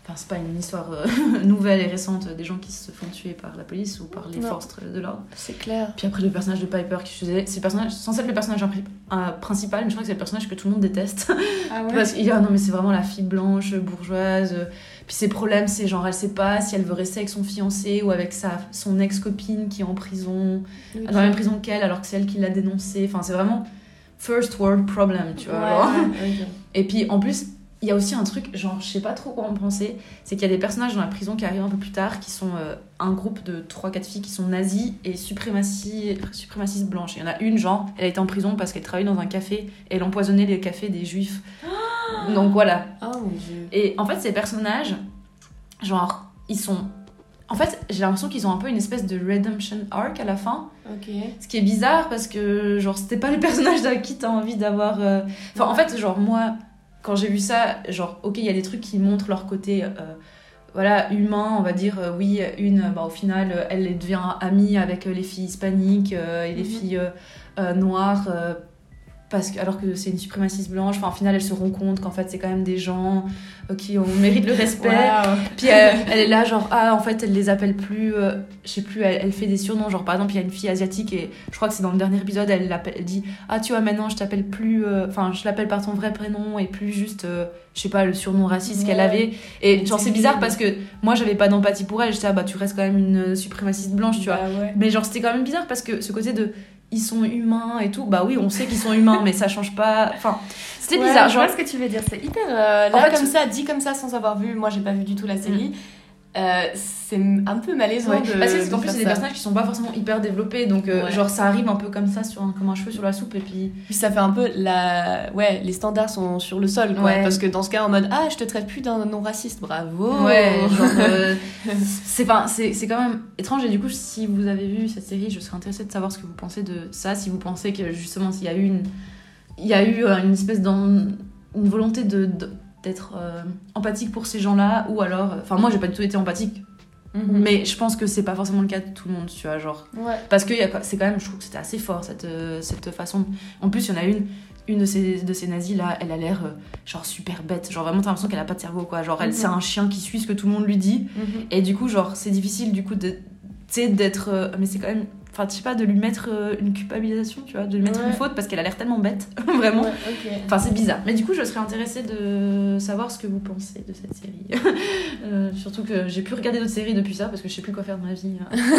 Enfin, c'est pas une histoire euh, nouvelle et récente des gens qui se font tuer par la police ou par les non. forces de l'ordre. C'est clair. Puis après, le personnage de Piper qui faisait. C'est le personnage, censé être le personnage euh, principal, mais je crois que c'est le personnage que tout le monde déteste. Ah ouais. Parce qu'il y a, non, mais c'est vraiment la fille blanche, bourgeoise. euh, Puis ses problèmes, c'est genre, elle sait pas si elle veut rester avec son fiancé ou avec sa, son ex-copine qui est en prison, Okay. dans la même prison qu'elle, alors que c'est elle qui l'a dénoncé. Enfin, c'est vraiment first world problem, tu vois. Ouais, genre. ouais, ok. Et puis en plus, il y a aussi un truc, genre je sais pas trop quoi en penser, c'est qu'il y a des personnages dans la prison qui arrivent un peu plus tard, qui sont euh, un groupe de trois quatre filles qui sont nazies et suprématie, suprémacistes blanches. Il y en a une, genre, elle a été en prison parce qu'elle travaillait dans un café et elle empoisonnait les cafés des juifs. Donc voilà. Oh mon dieu. Et en fait, ces personnages, genre, ils sont... En fait, j'ai l'impression qu'ils ont un peu une espèce de redemption arc à la fin. Ok. Ce qui est bizarre parce que, genre, c'était pas les personnages à qui t'as envie d'avoir... euh, Enfin, en fait, genre, moi, quand j'ai vu ça, genre, ok, il y a des trucs qui montrent leur côté, euh, voilà, humain, on va dire. euh, oui, une, bah, au final, euh, elle devient amie avec euh, les filles hispaniques euh, et les Mhm. filles euh, euh, noires, euh, parce que, alors que c'est une suprémaciste blanche. Enfin, au final, elle se rend compte qu'en fait, c'est quand même des gens euh, qui ont, méritent le respect. Wow. Puis euh, elle est là, genre, ah, en fait, elle les appelle plus, euh, je sais plus, elle, elle fait des surnoms. Genre, par exemple, il y a une fille asiatique, et je crois que c'est dans le dernier épisode, elle, l'appelle- elle dit, ah, tu vois, maintenant, je t'appelle plus, euh, enfin, je l'appelle par ton vrai prénom, et plus juste, euh, je sais pas, le surnom raciste Ouais. qu'elle avait. Et Mais genre, c'est c'est bizarre horrible. parce que moi, j'avais pas d'empathie pour elle. J'étais, ah, bah, tu restes quand même une suprémaciste blanche, tu vois. Bah ouais. Mais genre, c'était quand même bizarre parce que ce côté de. Ils sont humains et tout. Bah oui, on sait qu'ils sont humains, mais ça change pas. Enfin, c'était Ouais, bizarre. Je Genre, vois ce que tu veux dire. C'est hyper. euh, En là, fait, comme ça, dit comme ça, sans avoir vu. Moi, j'ai pas vu du tout la série. Euh, c'est un peu malaisant ouais. de. Parce que c'est de qu'en plus, faire c'est des ça. personnages qui sont pas forcément hyper développés. Donc, euh, Ouais. genre, ça arrive un peu comme ça, sur un, comme un cheveu sur la soupe. Et puis. Puis ça fait un peu la. Ouais, les standards sont sur le sol, quoi. Ouais. Parce que dans ce cas, en mode ah, je te traite plus d'un nom raciste, bravo. Ouais, genre. euh, c'est, pas, c'est, c'est quand même étrange. Et du coup, si vous avez vu cette série, je serais intéressée de savoir ce que vous pensez de ça. Si vous pensez que justement, s'il y a eu une. Il y a eu euh, une espèce d'en- une volonté de, de- d'être euh, empathique pour ces gens-là. Ou alors. Enfin, moi, j'ai pas du tout été empathique. Mhm. Mais je pense que c'est pas forcément le cas de tout le monde, tu vois, genre. Ouais. Parce que y a, c'est quand même, je trouve que c'était assez fort, cette, euh, cette façon. En plus, il y en a une, une de ces, de ces nazis là, elle a l'air euh, genre super bête. Genre vraiment, t'as l'impression qu'elle a pas de cerveau, quoi. Genre, elle, Mhm. c'est un chien qui suit ce que tout le monde lui dit. Mhm. Et du coup, genre, c'est difficile, du coup, de, tu sais, d'être. euh, mais c'est quand même. Enfin, je sais pas, de lui mettre euh, une culpabilisation, tu vois, de lui mettre Ouais. une faute parce qu'elle a l'air tellement bête, vraiment. Ouais, ok. Enfin, c'est bizarre. Mais du coup, je serais intéressée de savoir ce que vous pensez de cette série. Euh, surtout que j'ai pu regarder d'autres séries depuis ça parce que je sais plus quoi faire de ma vie.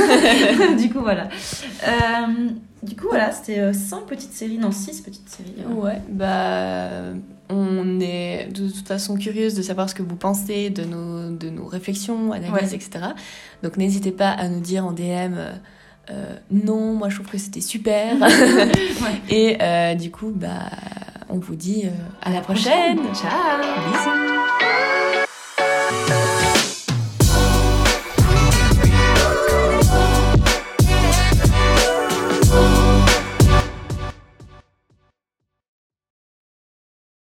Du coup, voilà. Euh, du coup, voilà, c'était euh, cinq petites séries, non, six petites séries. euh. Ouais, bah, on est de toute façon curieuse de savoir ce que vous pensez de nos, de nos réflexions, analyses, Ouais. et cetera. Donc n'hésitez pas à nous dire en D M euh, euh, non, moi je trouve que c'était super. Ouais. Et euh, du coup, bah, on vous dit euh, à la prochaine. Ciao. Bisous.